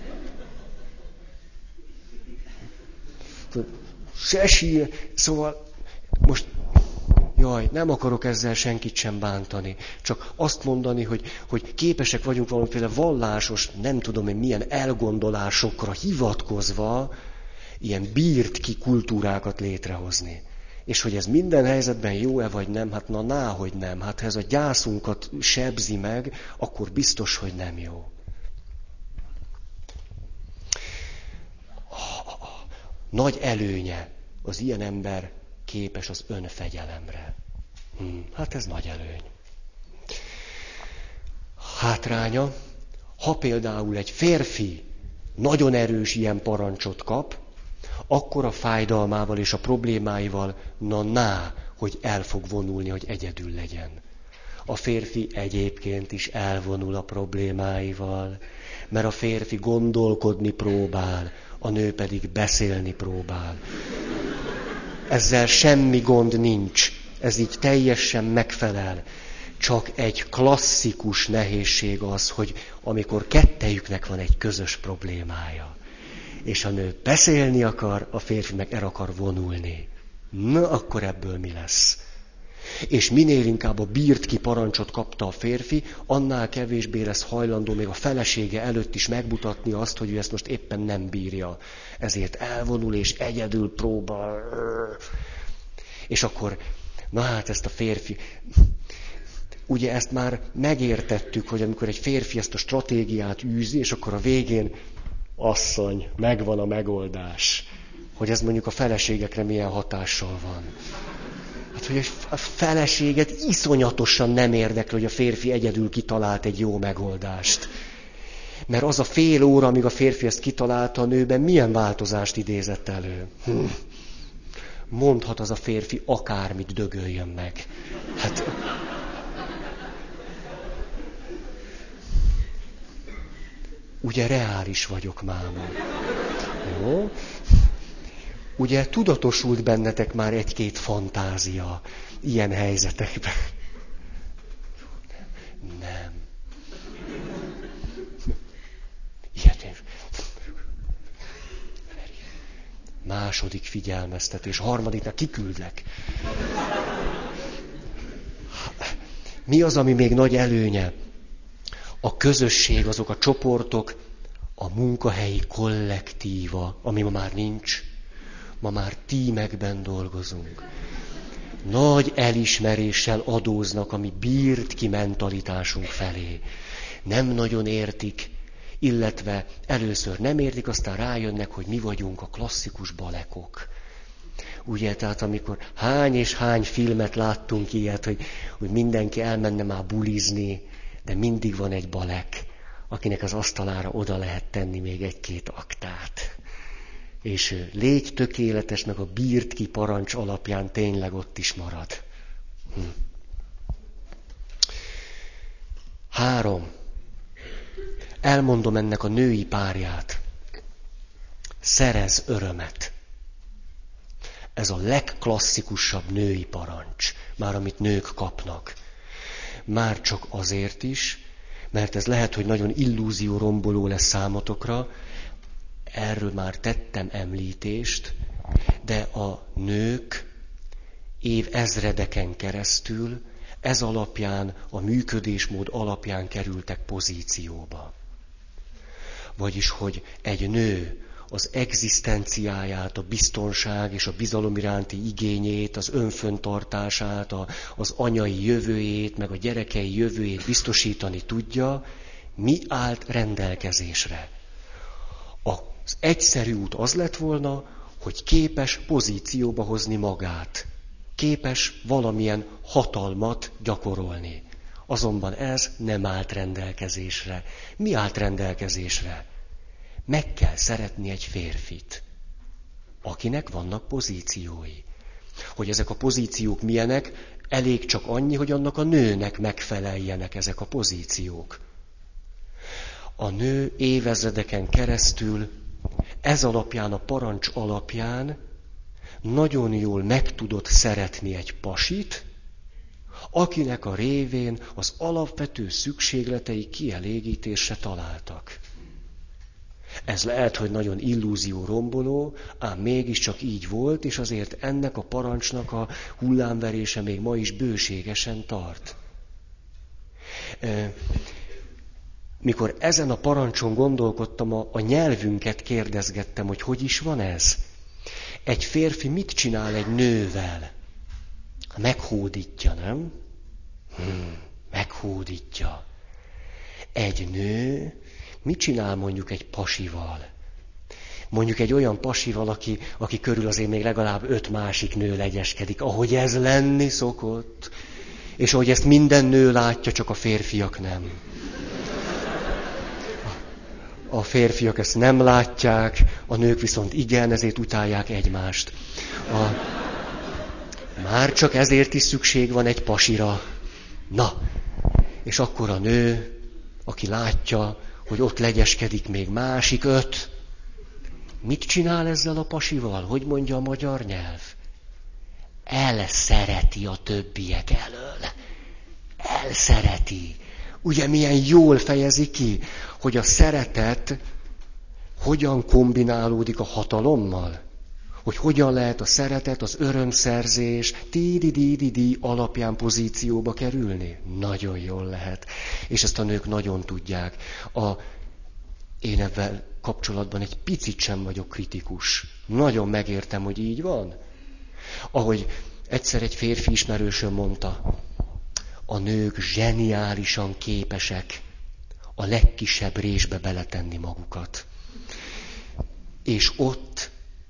Szóval most, nem akarok ezzel senkit sem bántani. Csak azt mondani, hogy képesek vagyunk valamiféle vallásos, nem tudom én milyen elgondolásokra hivatkozva ilyen bírt ki kultúrákat létrehozni. És hogy ez minden helyzetben jó-e vagy nem, hát hogy nem. Hát ha ez a gyászunkat sebzi meg, akkor biztos, hogy nem jó. Nagy előnye az ilyen ember képes az önfegyelemre. Hát ez nagy előny. Hátránya, ha például egy férfi nagyon erős ilyen parancsot kap, akkor a fájdalmával és a problémáival, hogy el fog vonulni, hogy egyedül legyen. A férfi egyébként is elvonul a problémáival, mert a férfi gondolkodni próbál, a nő pedig beszélni próbál. Ezzel semmi gond nincs, ez így teljesen megfelel. Csak egy klasszikus nehézség az, hogy amikor kettejüknek van egy közös problémája, és a nő beszélni akar, a férfi meg el akar vonulni. Na, akkor ebből mi lesz? És minél inkább a bírt ki parancsot kapta a férfi, annál kevésbé lesz hajlandó még a felesége előtt is megmutatni azt, hogy ő ezt most éppen nem bírja. Ezért elvonul és egyedül próbál. És akkor, ezt a férfi... Ugye ezt már megértettük, hogy amikor egy férfi ezt a stratégiát űzi, és akkor a végén asszony, megvan a megoldás. Hogy ez mondjuk a feleségekre milyen hatással van. Hát, hogy a feleséget iszonyatosan nem érdekli, hogy a férfi egyedül kitalált egy jó megoldást. Mert az a fél óra, amíg a férfi ezt kitalálta, a nőben milyen változást idézett elő. Mondhat az a férfi akármit, dögöljön meg. Hát... Ugye reális vagyok máma. Jó? Ugye tudatosult bennetek már egy-két fantázia ilyen helyzetekben? Nem. Második figyelmeztetés, harmadiknak kiküldlek. Mi az, ami még nagy előnye? A közösség, azok a csoportok, a munkahelyi kollektíva, ami ma már nincs. Ma már tímekben dolgozunk. Nagy elismeréssel adóznak a mi bírt ki mentalitásunk felé. Nem nagyon értik, illetve először nem értik, aztán rájönnek, hogy mi vagyunk a klasszikus balekok. Ugye, tehát amikor hány és hány filmet láttunk ilyet, hogy mindenki elmenne már bulizni, de mindig van egy balek, akinek az asztalára oda lehet tenni még egy-két aktát. És légy tökéletes, meg a bírt ki parancs alapján tényleg ott is marad. 3. Elmondom ennek a női párját. Szerez örömet. Ez a legklasszikusabb női parancs, már amit nők kapnak. Már csak azért is, mert ez lehet, hogy nagyon illúzióromboló lesz számotokra, erről már tettem említést, de a nők évezredeken keresztül ez alapján, a működésmód alapján kerültek pozícióba. Vagyis, hogy egy nő az egzisztenciáját, a biztonság és a bizalom iránti igényét, az önföntartását, az anyai jövőjét, meg a gyerekei jövőjét biztosítani tudja, mi állt rendelkezésre. Az egyszerű út az lett volna, hogy képes pozícióba hozni magát. Képes valamilyen hatalmat gyakorolni. Azonban ez nem állt rendelkezésre. Mi állt rendelkezésre? Meg kell szeretni egy férfit, akinek vannak pozíciói. Hogy ezek a pozíciók milyenek, elég csak annyi, hogy annak a nőnek megfeleljenek ezek a pozíciók. A nő évezredeken keresztül ez alapján, a parancs alapján nagyon jól meg tudott szeretni egy pasit, akinek a révén az alapvető szükségletei kielégítésre találtak. Ez lehet, hogy nagyon illúzióromboló, ám mégiscsak így volt, és azért ennek a parancsnak a hullámverése még ma is bőségesen tart. Mikor ezen a parancson gondolkodtam, a nyelvünket kérdezgettem, hogy is van ez? Egy férfi mit csinál egy nővel? Meghódítja, nem? Meghódítja. Egy nő mit csinál mondjuk egy pasival? Mondjuk egy olyan pasival, aki körül azért még legalább 5 másik nő legyeskedik, ahogy ez lenni szokott. És ahogy ezt minden nő látja, csak a férfiak nem. A férfiak ezt nem látják, a nők viszont igen, ezért utálják egymást. Már csak ezért is szükség van egy pasira. Na, és akkor a nő, aki látja, hogy ott legyeskedik még másik 5, mit csinál ezzel a pasival? Hogy mondja a magyar nyelv? Elszereti a többiek elől. Elszereti. Ugye milyen jól fejezi ki, hogy a szeretet hogyan kombinálódik a hatalommal? Hogy hogyan lehet a szeretet, az örömszerzés, di alapján pozícióba kerülni? Nagyon jól lehet. És ezt a nők nagyon tudják. Én ebben kapcsolatban egy picit sem vagyok kritikus. Nagyon megértem, hogy így van. Ahogy egyszer egy férfi ismerősöm mondta, a nők zseniálisan képesek a legkisebb résbe beletenni magukat. És ott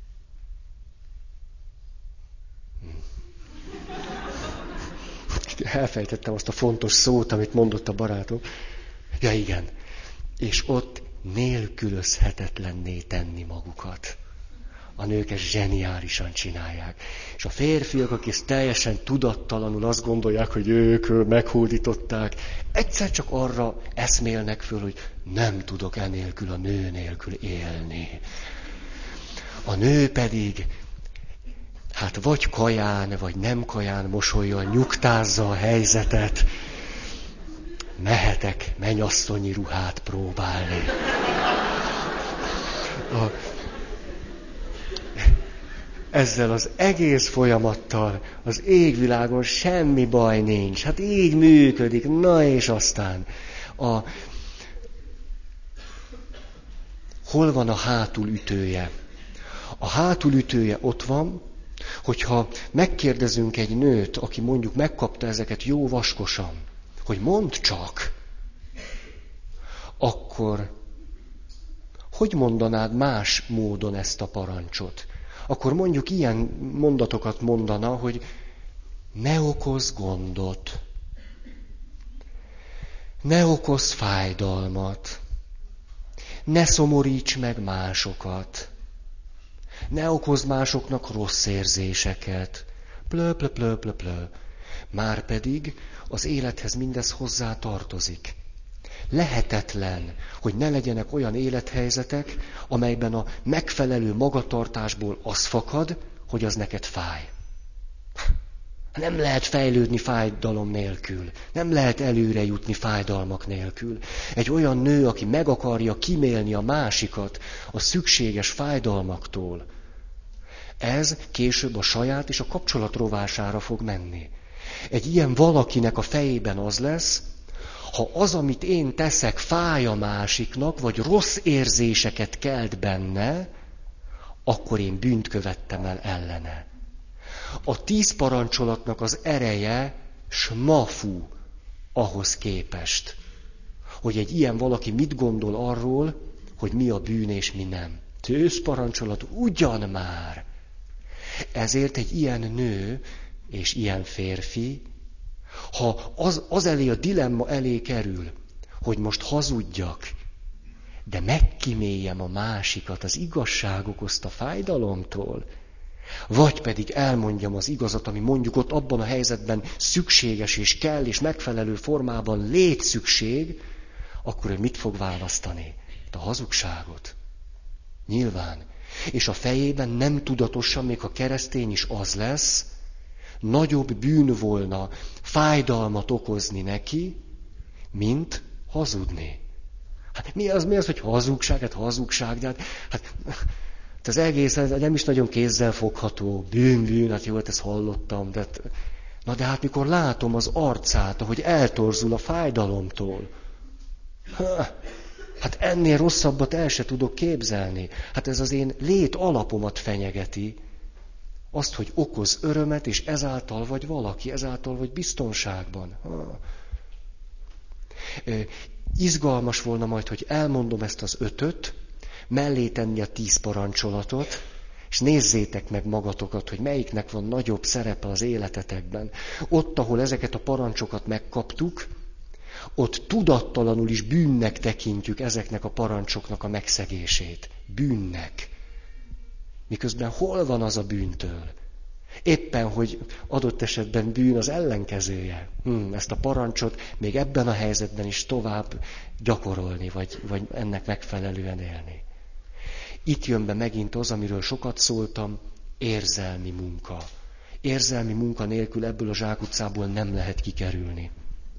elfejtettem azt a fontos szót, amit mondott a barátom. Ja igen. És ott nélkülözhetetlenné tenni magukat. A nők ezt zseniálisan csinálják. És a férfiak, akik ezt teljesen tudattalanul azt gondolják, hogy ők meghódították, egyszer csak arra eszmélnek föl, hogy nem tudok enélkül a nő nélkül élni. A nő pedig, hát vagy kaján, vagy nem kaján mosollyal nyugtázza a helyzetet. Mehetek mennyasszonyi ruhát próbálni. Ezzel az egész folyamattal az égvilágon semmi baj nincs. Hát így működik. Na és aztán hol van a hátulütője? A hátulütője ott van, hogyha megkérdezünk egy nőt, aki mondjuk megkapta ezeket jó vaskosan, hogy mondd csak, akkor hogy mondanád más módon ezt a parancsot? Akkor mondjuk ilyen mondatokat mondana, hogy ne okozz gondot, ne okozz fájdalmat, ne szomoríts meg másokat, Ne okozd másoknak rossz érzéseket. Plö, plö, plö, plö, plö. Márpedig az élethez mindez hozzá tartozik. Lehetetlen, hogy ne legyenek olyan élethelyzetek, amelyben a megfelelő magatartásból az fakad, hogy az neked fáj. Nem lehet fejlődni fájdalom nélkül. Nem lehet előre jutni fájdalmak nélkül. Egy olyan nő, aki meg akarja kimélni a másikat a szükséges fájdalmaktól, ez később a saját és a kapcsolat rovására fog menni. Egy ilyen valakinek a fejében az lesz, ha az, amit én teszek, fáj a másiknak, vagy rossz érzéseket kelt benne, akkor én bűnt követtem el ellene. A 10 parancsolatnak az ereje smafú ahhoz képest, hogy egy ilyen valaki mit gondol arról, hogy mi a bűn és mi nem. 10 parancsolat ugyan már. Ezért egy ilyen nő és ilyen férfi, ha az elé a dilemma elé kerül, hogy most hazudjak, de megkíméljem a másikat az igazság okozta fájdalomtól, vagy pedig elmondjam az igazat, ami mondjuk ott abban a helyzetben szükséges és kell, és megfelelő formában létszükség, akkor ő mit fog választani? A hazugságot. Nyilván. És a fejében nem tudatosan, még ha keresztény is az lesz, nagyobb bűn volna fájdalmat okozni neki, mint hazudni. Hát mi az, hogy hazugság? Hát hazugság, de hát az egész nem is nagyon kézzel fogható. Bűn, hát jó, hát ezt hallottam. De hát mikor látom az arcát, ahogy eltorzul a fájdalomtól, hát ennél rosszabbat el se tudok képzelni. Hát ez az én lét alapomat fenyegeti. Azt, hogy okoz örömet, és ezáltal vagy valaki, ezáltal vagy biztonságban. Izgalmas volna majd, hogy elmondom ezt az 5-öt, mellé tenni a 10 parancsolatot, és nézzétek meg magatokat, hogy melyiknek van nagyobb szerepe az életetekben. Ott, ahol ezeket a parancsokat megkaptuk, ott tudattalanul is bűnnek tekintjük ezeknek a parancsoknak a megszegését. Bűnnek. Miközben hol van az a bűntől? Éppen, hogy adott esetben bűn az ellenkezője. Ezt a parancsot még ebben a helyzetben is tovább gyakorolni, vagy ennek megfelelően élni. Itt jön be megint az, amiről sokat szóltam, érzelmi munka. Érzelmi munka nélkül ebből a zsákutcából nem lehet kikerülni.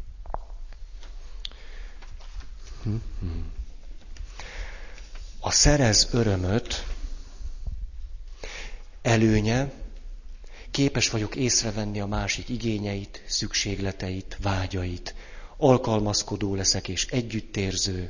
A szerez örömöt előnye, képes vagyok észrevenni a másik igényeit, szükségleteit, vágyait. Alkalmazkodó leszek és együttérző.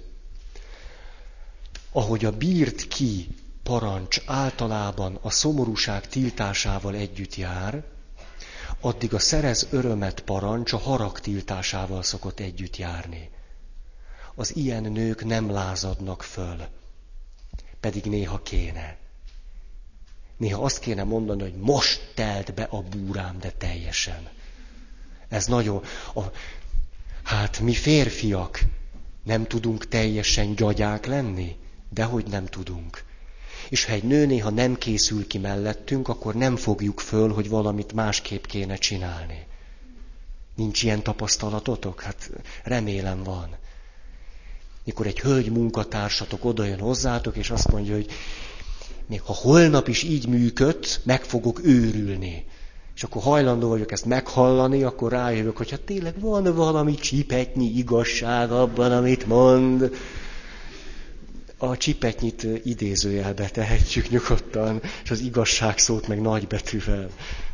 Ahogy a bírt ki parancs általában a szomorúság tiltásával együtt jár, addig a szerez örömet parancs a harag tiltásával szokott együtt járni. Az ilyen nők nem lázadnak föl, pedig néha kéne. Néha azt kéne mondani, hogy most telt be a búrám, de teljesen. Ez nagyon... Hát mi férfiak nem tudunk teljesen gyagyák lenni? Dehogy nem tudunk. És ha egy nő néha nem készül ki mellettünk, akkor nem fogjuk föl, hogy valamit másképp kéne csinálni. Nincs ilyen tapasztalatotok? Hát remélem van. Mikor egy hölgy munkatársatok odajön hozzátok, és azt mondja, hogy még ha holnap is így működt, meg fogok őrülni. És akkor hajlandó vagyok ezt meghallani, akkor rájövök, hogy hát tényleg van valami csipetnyi igazság abban, amit mond. A csipetnyit idézőjelbe tehetjük nyugodtan, és az igazság szót meg nagybetűvel.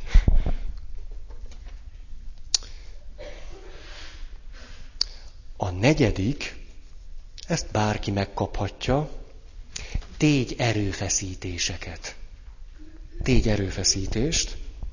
A 4, ezt bárki megkaphatja, tégy erőfeszítéseket. Tégy erőfeszítést.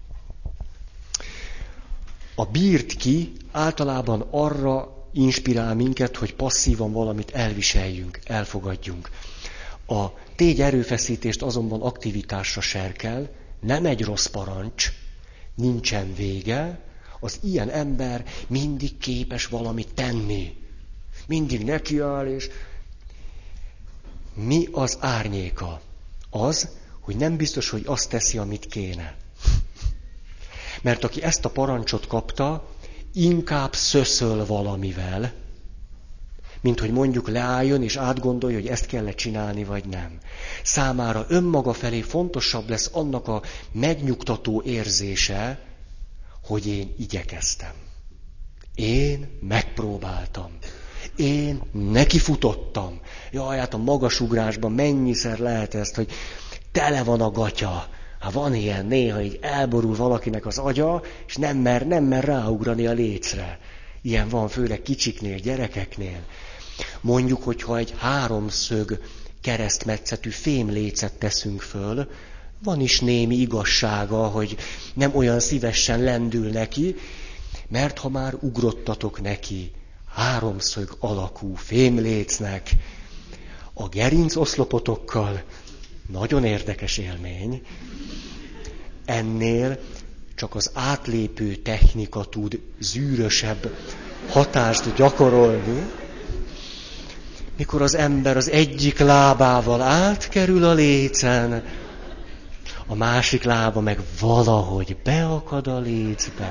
A bírt ki általában arra inspirál minket, hogy passzívan valamit elviseljünk, elfogadjunk. A tégy erőfeszítést azonban aktivitásra serkel, nem egy rossz parancs, nincsen vége, az ilyen ember mindig képes valamit tenni. Mindig nekiáll, és mi az árnyéka? Az, hogy nem biztos, hogy azt teszi, amit kéne. Mert aki ezt a parancsot kapta, inkább szöszöl valamivel, mint hogy mondjuk leálljon és átgondolja, hogy ezt kell csinálni, vagy nem. Számára önmaga felé fontosabb lesz annak a megnyugtató érzése, hogy én igyekeztem. Én megpróbáltam. Én nekifutottam. Jaj, hát a magasugrásban mennyiszer lehet ezt, hogy tele van a gatya. Hát van ilyen néha, hogy elborul valakinek az agya, és nem mer ráugrani a lécre. Ilyen van főleg kicsiknél, gyerekeknél. Mondjuk, hogyha egy 3 szög keresztmetszetű fémlécet teszünk föl, van is némi igazsága, hogy nem olyan szívesen lendül neki, mert ha már ugrottatok neki 3 szög alakú fémlécnek, a gerincoszlopotokkal, nagyon érdekes élmény. Ennél csak az átlépő technika tud zűrösebb hatást gyakorolni, mikor az ember az egyik lábával átkerül a lécen, a másik lába meg valahogy beakad a lécbe.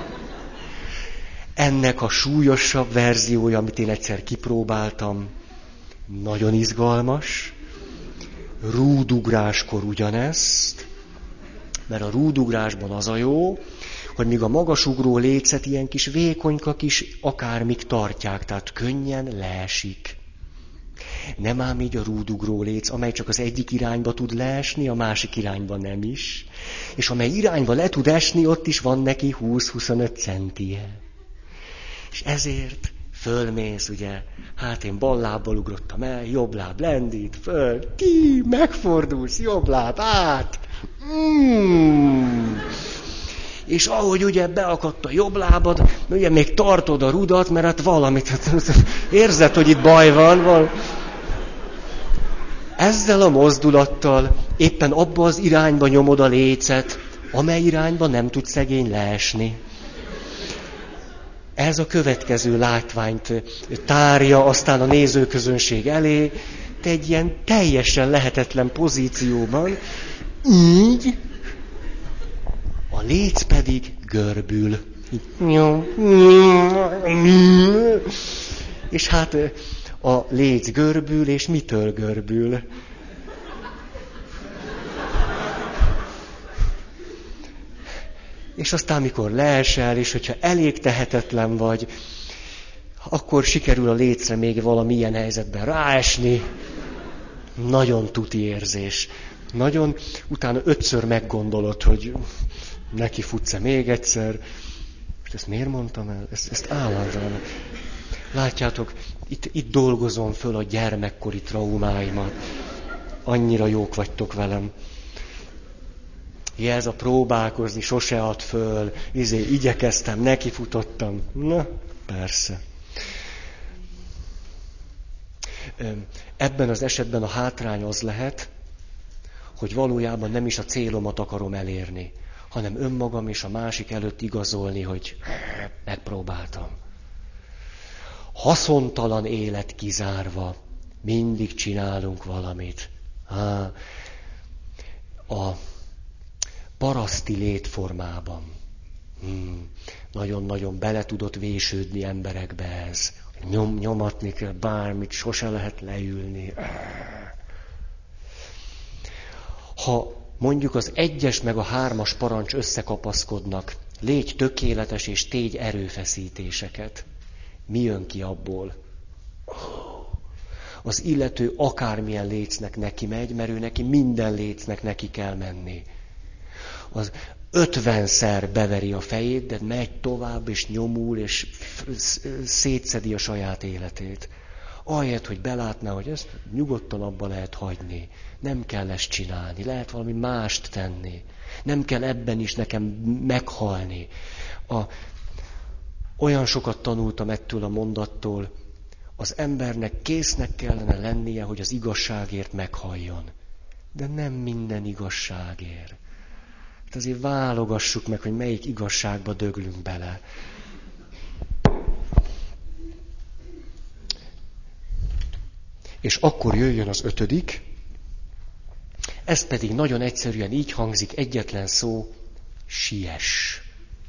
Ennek a súlyosabb verziója, amit én egyszer kipróbáltam, nagyon izgalmas. Rúdugráskor ugyanezt, mert a rúdugrásban az a jó, hogy míg a magasugró lécet ilyen kis vékonyka kis akármik tartják, tehát könnyen leesik. Nem ám így a rúdugró léc, amely csak az egyik irányba tud leesni, a másik irányba nem is. És amely irányba le tud esni, ott is van neki 20-25 centije. És ezért fölmész, ugye, hát én bal lábbal ugrottam el, jobb láb lendít, föl, ki, megfordulsz, jobb láb át. És ahogy ugye beakadt a jobb lábad, ugye még tartod a rudat, mert hát valamit, érzed, hogy itt baj van. Ezzel a mozdulattal éppen abba az irányba nyomod a lécet, amely irányba nem tud szegény leesni. Ez a következő látványt tárja aztán a nézőközönség elé, te egy ilyen teljesen lehetetlen pozícióban, így, a léc pedig görbül. És hát a léc görbül, és mitől görbül? És aztán, mikor leesel, és hogyha elég tehetetlen vagy, akkor sikerül a lécre még valamilyen helyzetben ráesni. Nagyon tuti érzés. Nagyon, utána 5-ször meggondolod, hogy neki futsz-e még egyszer. És ezt miért mondtam el? Ezt állandóan. Látjátok, itt dolgozom föl a gyermekkori traumáimat. Annyira jók vagytok velem. Ez a próbálkozni sose ad föl, igyekeztem, nekifutottam. Na, persze. Ebben az esetben a hátrány az lehet, hogy valójában nem is a célomat akarom elérni, hanem önmagam és a másik előtt igazolni, hogy megpróbáltam. Haszontalan élet kizárva, mindig csinálunk valamit. A paraszti létformában. Nagyon-nagyon bele tudott vésődni emberekbe ez. Nyomatni kell bármit, sose lehet leülni. Ha mondjuk az 1-es meg a 3-as parancs összekapaszkodnak, légy tökéletes és tégy erőfeszítéseket. Mi jön ki abból? Az illető akármilyen lécnek neki megy, mert ő neki minden lécnek neki kell menni. Az 50-szer beveri a fejét, de megy tovább, és nyomul, és szétszedi a saját életét. Ahelyett, hogy belátná, hogy ezt nyugodtan abba lehet hagyni. Nem kell ezt csinálni, lehet valami mást tenni. Nem kell ebben is nekem meghalni. Olyan sokat tanultam ettől a mondattól, az embernek késznek kellene lennie, hogy az igazságért meghalljon. De nem minden igazságért. Hát azért válogassuk meg, hogy melyik igazságba döglünk bele. És akkor jöjjön az 5. Ez pedig nagyon egyszerűen így hangzik, egyetlen szó, siess.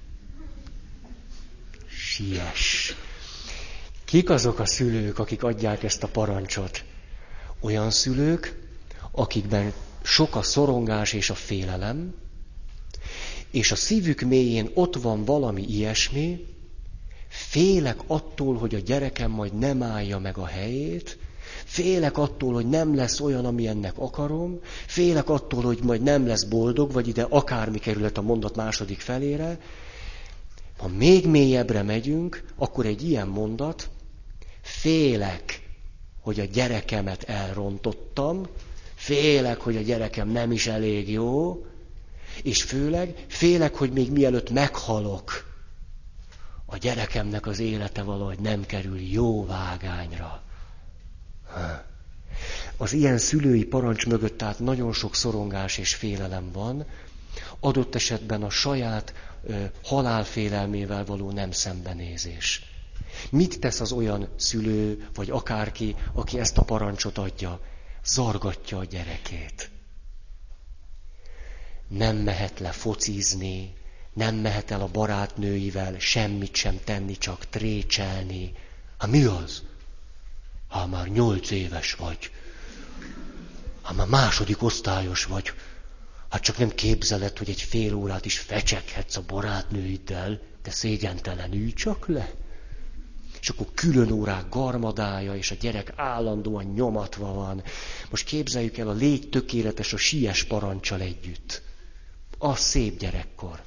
Siess. Kik azok a szülők, akik adják ezt a parancsot? Olyan szülők, akikben sok a szorongás és a félelem, és a szívük mélyén ott van valami ilyesmi, félek attól, hogy a gyerekem majd nem állja meg a helyét, félek attól, hogy nem lesz olyan, amilyennek akarom, félek attól, hogy majd nem lesz boldog, vagy ide akármi kerület a mondat második felére. Ha még mélyebbre megyünk, akkor egy ilyen mondat, félek, hogy a gyerekemet elrontottam, félek, hogy a gyerekem nem is elég jó, és főleg félek, hogy még mielőtt meghalok, a gyerekemnek az élete valahogy nem kerül jó vágányra. Az ilyen szülői parancs mögött tehát nagyon sok szorongás és félelem van, adott esetben a saját halálfélelmével való nem szembenézés. Mit tesz az olyan szülő, vagy akárki, aki ezt a parancsot adja? Zargatja a gyerekét. Nem mehet le focizni, nem mehet el a barátnőivel semmit sem tenni, csak trécselni. Hát mi az? Hát már 8 éves vagy. Hát már második osztályos vagy. Hát csak nem képzeled, hogy egy fél órát is fecseghetsz a barátnőiddel, de szégyentelen ülj csak le. És akkor külön órák garmadája, és a gyerek állandóan nyomatva van. Most képzeljük el, a légy tökéletes a siess parancsal együtt. Az szép gyerekkor.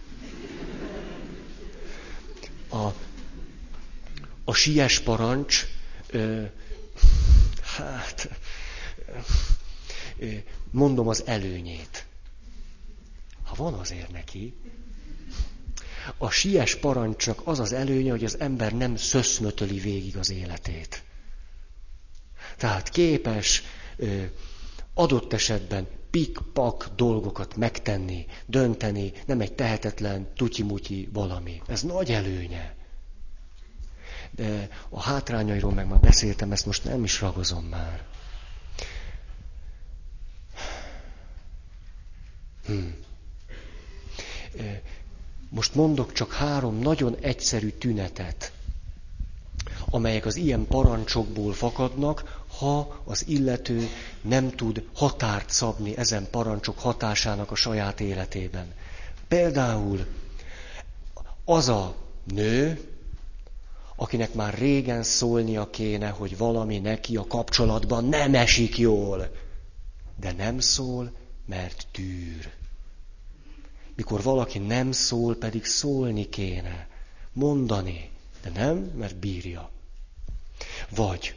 A siess parancs, mondom az előnyét. Ha van azért neki. A siess parancsnak az az előnye, hogy az ember nem szöszmötöli végig az életét. Tehát képes adott esetben pik-pak dolgokat megtenni, dönteni, nem egy tehetetlen, tutyi-mutyi valami. Ez nagy előnye. De a hátrányairól meg már beszéltem, ezt most nem is ragozom már. Most mondok csak 3 nagyon egyszerű tünetet, amelyek az ilyen parancsokból fakadnak, ha az illető nem tud határt szabni ezen parancsok hatásának a saját életében. Például az a nő, akinek már régen szólnia kéne, hogy valami neki a kapcsolatban nem esik jól, de nem szól, mert tűr. Mikor valaki nem szól, pedig szólni kéne, mondani, de nem, mert bírja. Vagy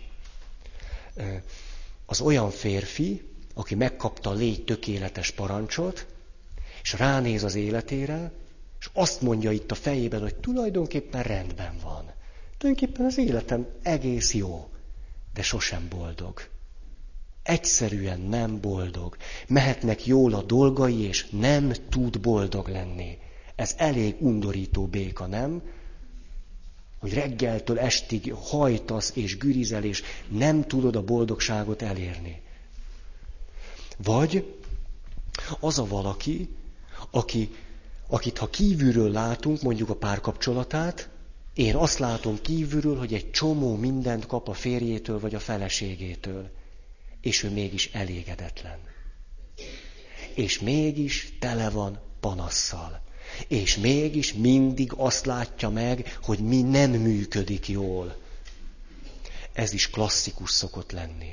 az olyan férfi, aki megkapta a légy tökéletes parancsot, és ránéz az életére, és azt mondja itt a fejében, hogy tulajdonképpen rendben van. Tulajdonképpen az életem egész jó, de sosem boldog. Egyszerűen nem boldog. Mehetnek jól a dolgai, és nem tud boldog lenni. Ez elég undorító béka, nem? Hogy reggeltől estig hajtasz és gürizel, és nem tudod a boldogságot elérni. Vagy az a valaki, akit ha kívülről látunk, mondjuk a párkapcsolatát, én azt látom kívülről, hogy egy csomó mindent kap a férjétől vagy a feleségétől. És ő mégis elégedetlen. És mégis tele van panasszal. És mégis mindig azt látja meg, hogy mi nem működik jól. Ez is klasszikus szokott lenni.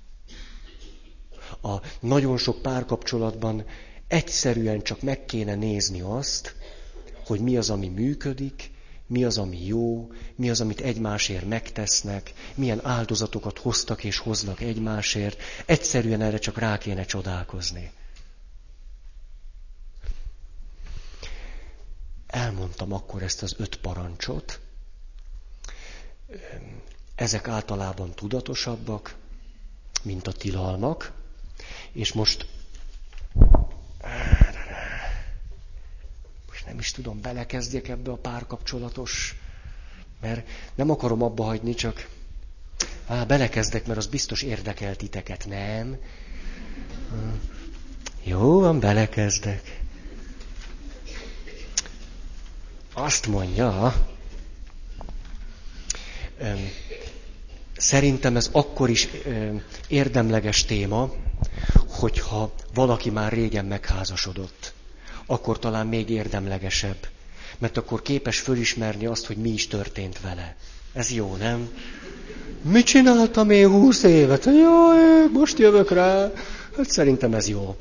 A nagyon sok párkapcsolatban egyszerűen csak meg kéne nézni azt, hogy mi az, ami működik, mi az, ami jó, mi az, amit egymásért megtesznek, milyen áldozatokat hoztak és hoznak egymásért. Egyszerűen erre csak rá kéne csodálkozni. Elmondtam akkor ezt az 5 parancsot. Ezek általában tudatosabbak, mint a tilalmak. És most nem is tudom, belekezdjek ebbe a párkapcsolatos, mert nem akarom abba hagyni, csak belekezdek, mert az biztos érdekel titeket, nem? Jó van, belekezdek. Azt mondja, szerintem ez akkor is érdemleges téma, hogyha valaki már régen megházasodott. Akkor talán még érdemlegesebb. Mert akkor képes fölismerni azt, hogy mi is történt vele. Ez jó, nem? Mit csináltam én 20 évet? Jaj, most jövök rá. Hát szerintem ez jó.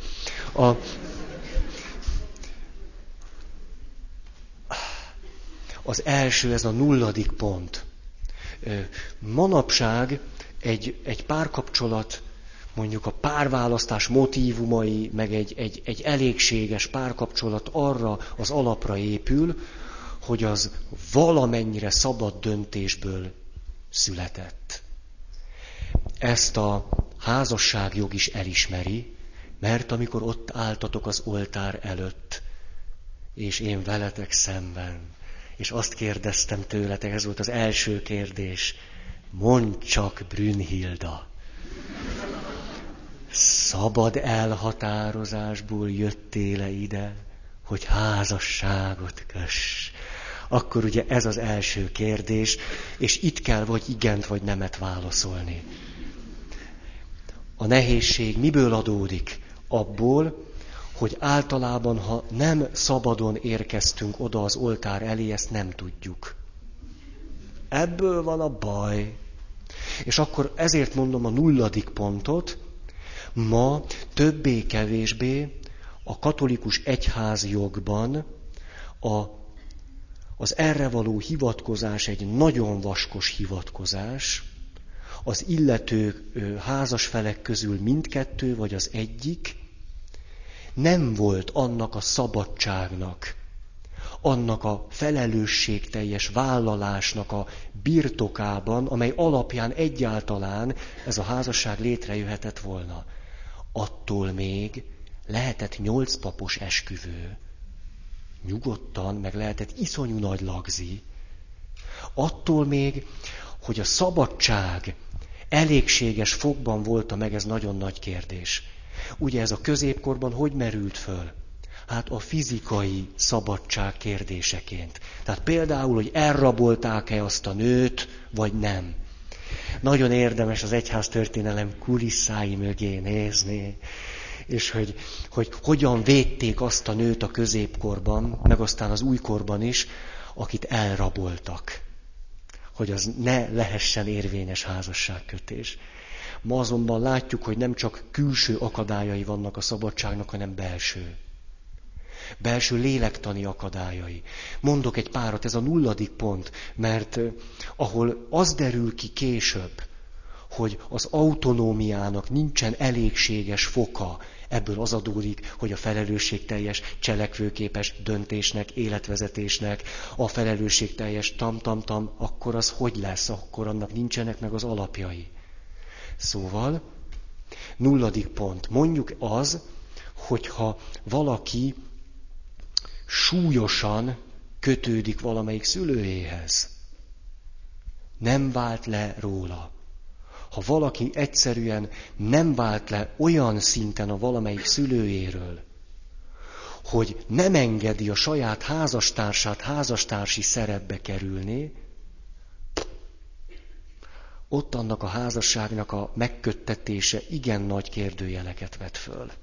Az első, ez a 0. pont. Manapság egy párkapcsolat, mondjuk a párválasztás motívumai, meg egy elégséges párkapcsolat arra az alapra épül, hogy az valamennyire szabad döntésből született. Ezt a házasságjog is elismeri, mert amikor ott álltatok az oltár előtt, és én veletek szemben, és azt kérdeztem tőletek, ez volt az első kérdés, mondd csak, Brünnhilda, szabad elhatározásból jöttél-e ide, hogy házasságot köss? Akkor ugye ez az első kérdés, és itt kell vagy igent, vagy nemet válaszolni. A nehézség miből adódik? Abból, hogy általában, ha nem szabadon érkeztünk oda az oltár elé, ezt nem tudjuk. Ebből van a baj. És akkor ezért mondom a 0. pontot, ma többé-kevésbé a katolikus egyházjogban az erre való hivatkozás egy nagyon vaskos hivatkozás, az illető házasfelek közül mindkettő, vagy az egyik, nem volt annak a szabadságnak, annak a felelősségteljes vállalásnak a birtokában, amely alapján egyáltalán ez a házasság létrejöhetett volna. Attól még lehetett 8 papos esküvő, nyugodtan, meg lehetett iszonyú nagy lagzi. Attól még, hogy a szabadság elégséges fokban volt meg, ez nagyon nagy kérdés. Ugye ez a középkorban hogy merült föl? Hát a fizikai szabadság kérdéseként. Tehát például, hogy elrabolták-e azt a nőt, vagy nem. Nagyon érdemes az egyháztörténelem kulisszái mögé nézni, és hogy hogyan védték azt a nőt a középkorban, meg aztán az újkorban is, akit elraboltak. Hogy az ne lehessen érvényes házasságkötés. Ma azonban látjuk, hogy nem csak külső akadályai vannak a szabadságnak, hanem belső. Belső lélektani akadályai. Mondok egy párat, ez a 0. pont, mert ahol az derül ki később, hogy az autonómiának nincsen elégséges foka, ebből az adódik, hogy a felelősségteljes cselekvőképes döntésnek, életvezetésnek, a felelősségteljes tam-tam-tam, akkor az hogy lesz, akkor annak nincsenek meg az alapjai. Szóval, 0. pont. Mondjuk az, hogyha valaki súlyosan kötődik valamelyik szülőjéhez. Nem vált le róla. Ha valaki egyszerűen nem vált le olyan szinten a valamelyik szülőjéről, hogy nem engedi a saját házastársát házastársi szerepbe kerülni, ott annak a házasságnak a megköttetése igen nagy kérdőjeleket vet föl.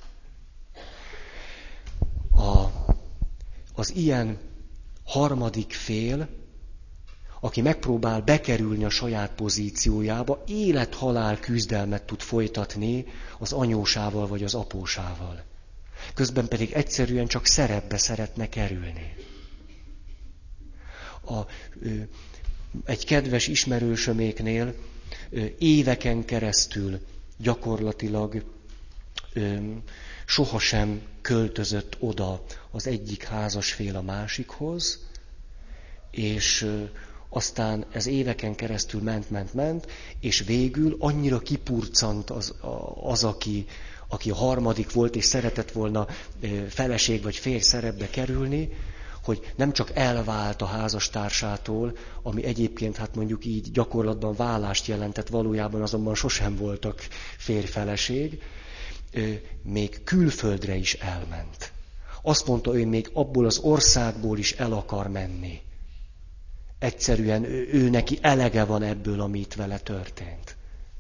Az ilyen harmadik fél, aki megpróbál bekerülni a saját pozíciójába, élet-halál küzdelmet tud folytatni az anyósával vagy az apósával. Közben pedig egyszerűen csak szerepbe szeretne kerülni. Egy kedves ismerősöméknél éveken keresztül gyakorlatilag sohasem költözött oda az egyik házasfél a másikhoz, és aztán ez éveken keresztül ment, és végül annyira kipurcant az aki a harmadik volt, és szeretett volna feleség vagy férj szerepbe kerülni, hogy nem csak elvált a házastársától, ami egyébként hát mondjuk így gyakorlatban válást jelentett, valójában azonban sosem voltak férj-feleség, még külföldre is elment. Azt mondta, ő még abból az országból is el akar menni. Egyszerűen ő neki elege van ebből, ami itt vele történt.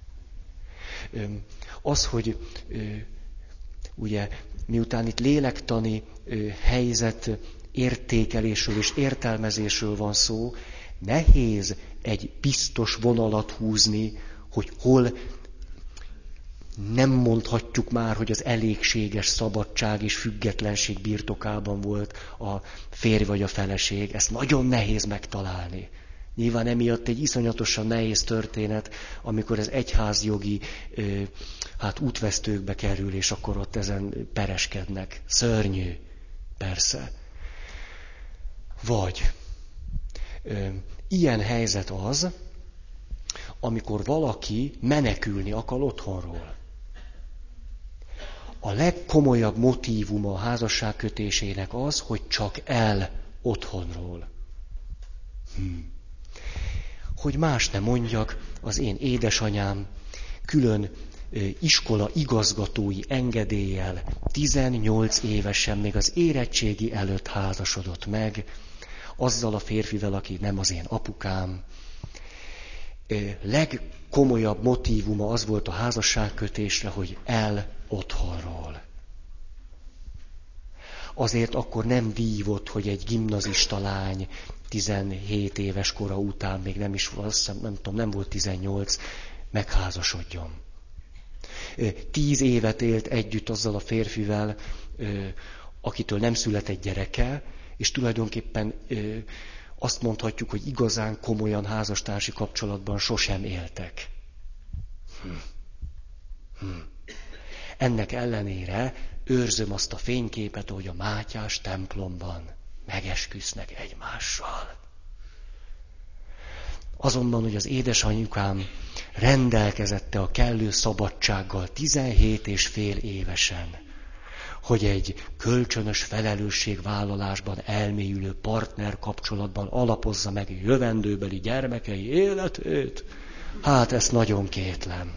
Az, hogy ugye miután itt lélektani helyzet értékelésről és értelmezésről van szó, nehéz egy biztos vonalat húzni, hogy hol nem mondhatjuk már, hogy az elégséges szabadság és függetlenség birtokában volt a férj vagy a feleség. Ezt nagyon nehéz megtalálni. Nyilván emiatt egy iszonyatosan nehéz történet, amikor ez egyházjogi útvesztőkbe kerül, és akkor ott ezen pereskednek. Szörnyű, persze. Vagy ilyen helyzet az, amikor valaki menekülni akar otthonról. A legkomolyabb motívuma a házasságkötésének az, hogy csak el otthonról. Hogy más ne mondjak, az én édesanyám külön iskola igazgatói engedéllyel 18 évesen, még az érettségi előtt házasodott meg, azzal a férfivel, aki nem az én apukám. Legkomolyabb motívuma az volt a házasságkötésre, hogy el otthonról. Azért akkor nem vívott, hogy egy gimnazista lány 17 éves kora után, még nem is, nem volt 18, megházasodjon. 10 évet élt együtt azzal a férfivel, akitől nem született gyereke, és tulajdonképpen azt mondhatjuk, hogy igazán komolyan házastársi kapcsolatban sosem éltek. Ennek ellenére őrzöm azt a fényképet, hogy a Mátyás templomban megesküsznek egymással. Azonban, hogy az édesanyukám rendelkezette a kellő szabadsággal 17,5 évesen, hogy egy kölcsönös felelősségvállalásban elmélyülő partner kapcsolatban alapozza meg jövendőbeli gyermekei életét, hát ezt nagyon kétlem.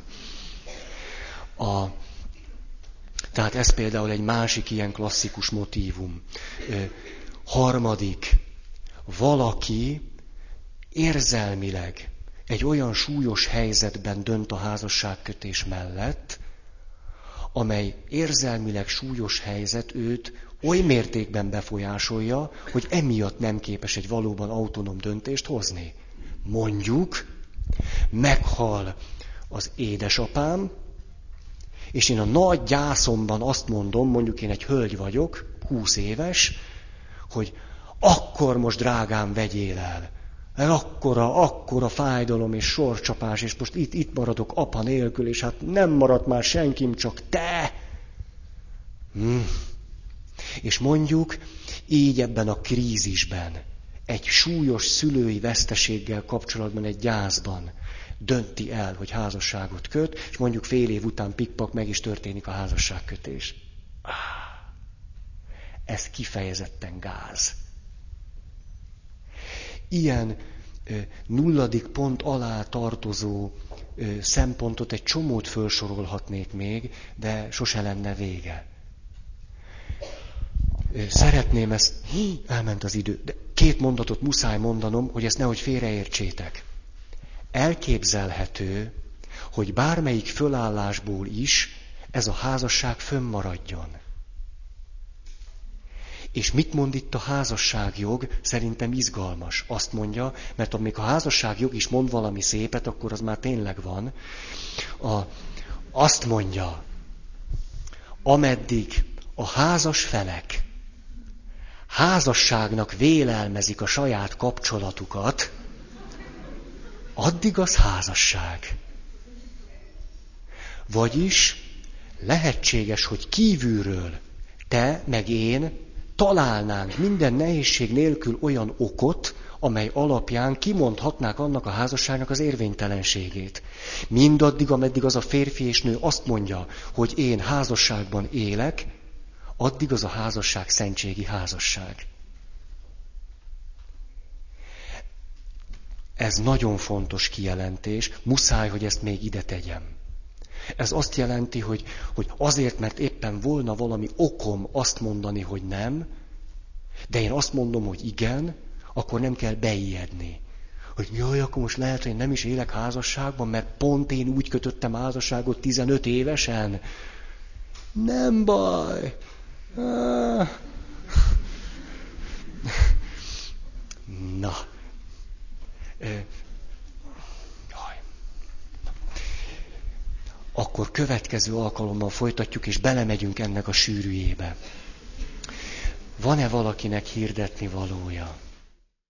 Tehát ez például egy másik ilyen klasszikus motívum. Harmadik, valaki érzelmileg egy olyan súlyos helyzetben dönt a házasságkötés mellett, amely érzelmileg súlyos helyzet őt oly mértékben befolyásolja, hogy emiatt nem képes egy valóban autonóm döntést hozni. Mondjuk, meghal az édesapám, és én a nagy gyászomban azt mondom, mondjuk én egy hölgy vagyok, 20 éves, hogy akkor most drágám vegyél el. Akkora fájdalom és sorcsapás, és most itt maradok apa nélkül, és hát nem maradt már senkim, csak te. És mondjuk így ebben a krízisben, egy súlyos szülői veszteséggel kapcsolatban, egy gyászban dönti el, hogy házasságot köt, és mondjuk fél év után pikpak meg is történik a házasságkötés. Ez kifejezetten gáz. Ilyen 0. pont alá tartozó szempontot egy csomót felsorolhatnék még, de sose lenne vége. Szeretném ezt, elment az idő, de 2 mondatot muszáj mondanom, hogy ezt nehogy félreértsétek. Elképzelhető, hogy bármelyik fölállásból is ez a házasság fönnmaradjon. És mit mond itt a házasságjog? Szerintem izgalmas. Azt mondja, mert amíg a házasságjog is mond valami szépet, akkor az már tényleg van. Azt mondja, ameddig a házas felek házasságnak vélelmezik a saját kapcsolatukat, addig az házasság. Vagyis lehetséges, hogy kívülről te meg én találnánk minden nehézség nélkül olyan okot, amely alapján kimondhatnák annak a házasságnak az érvénytelenségét. Mindaddig, ameddig az a férfi és nő azt mondja, hogy én házasságban élek, addig az a házasság szentségi házasság. Ez nagyon fontos kijelentés, muszáj, hogy ezt még ide tegyem. Ez azt jelenti, hogy azért, mert éppen volna valami okom azt mondani, hogy nem, de én azt mondom, hogy igen, akkor nem kell beijedni. Hogy jaj, akkor most lehet, hogy nem is élek házasságban, mert pont én úgy kötöttem házasságot 15 évesen. Nem baj. Na. Akkor következő alkalommal folytatjuk, és belemegyünk ennek a sűrűjébe. Van-e valakinek hirdetni valója?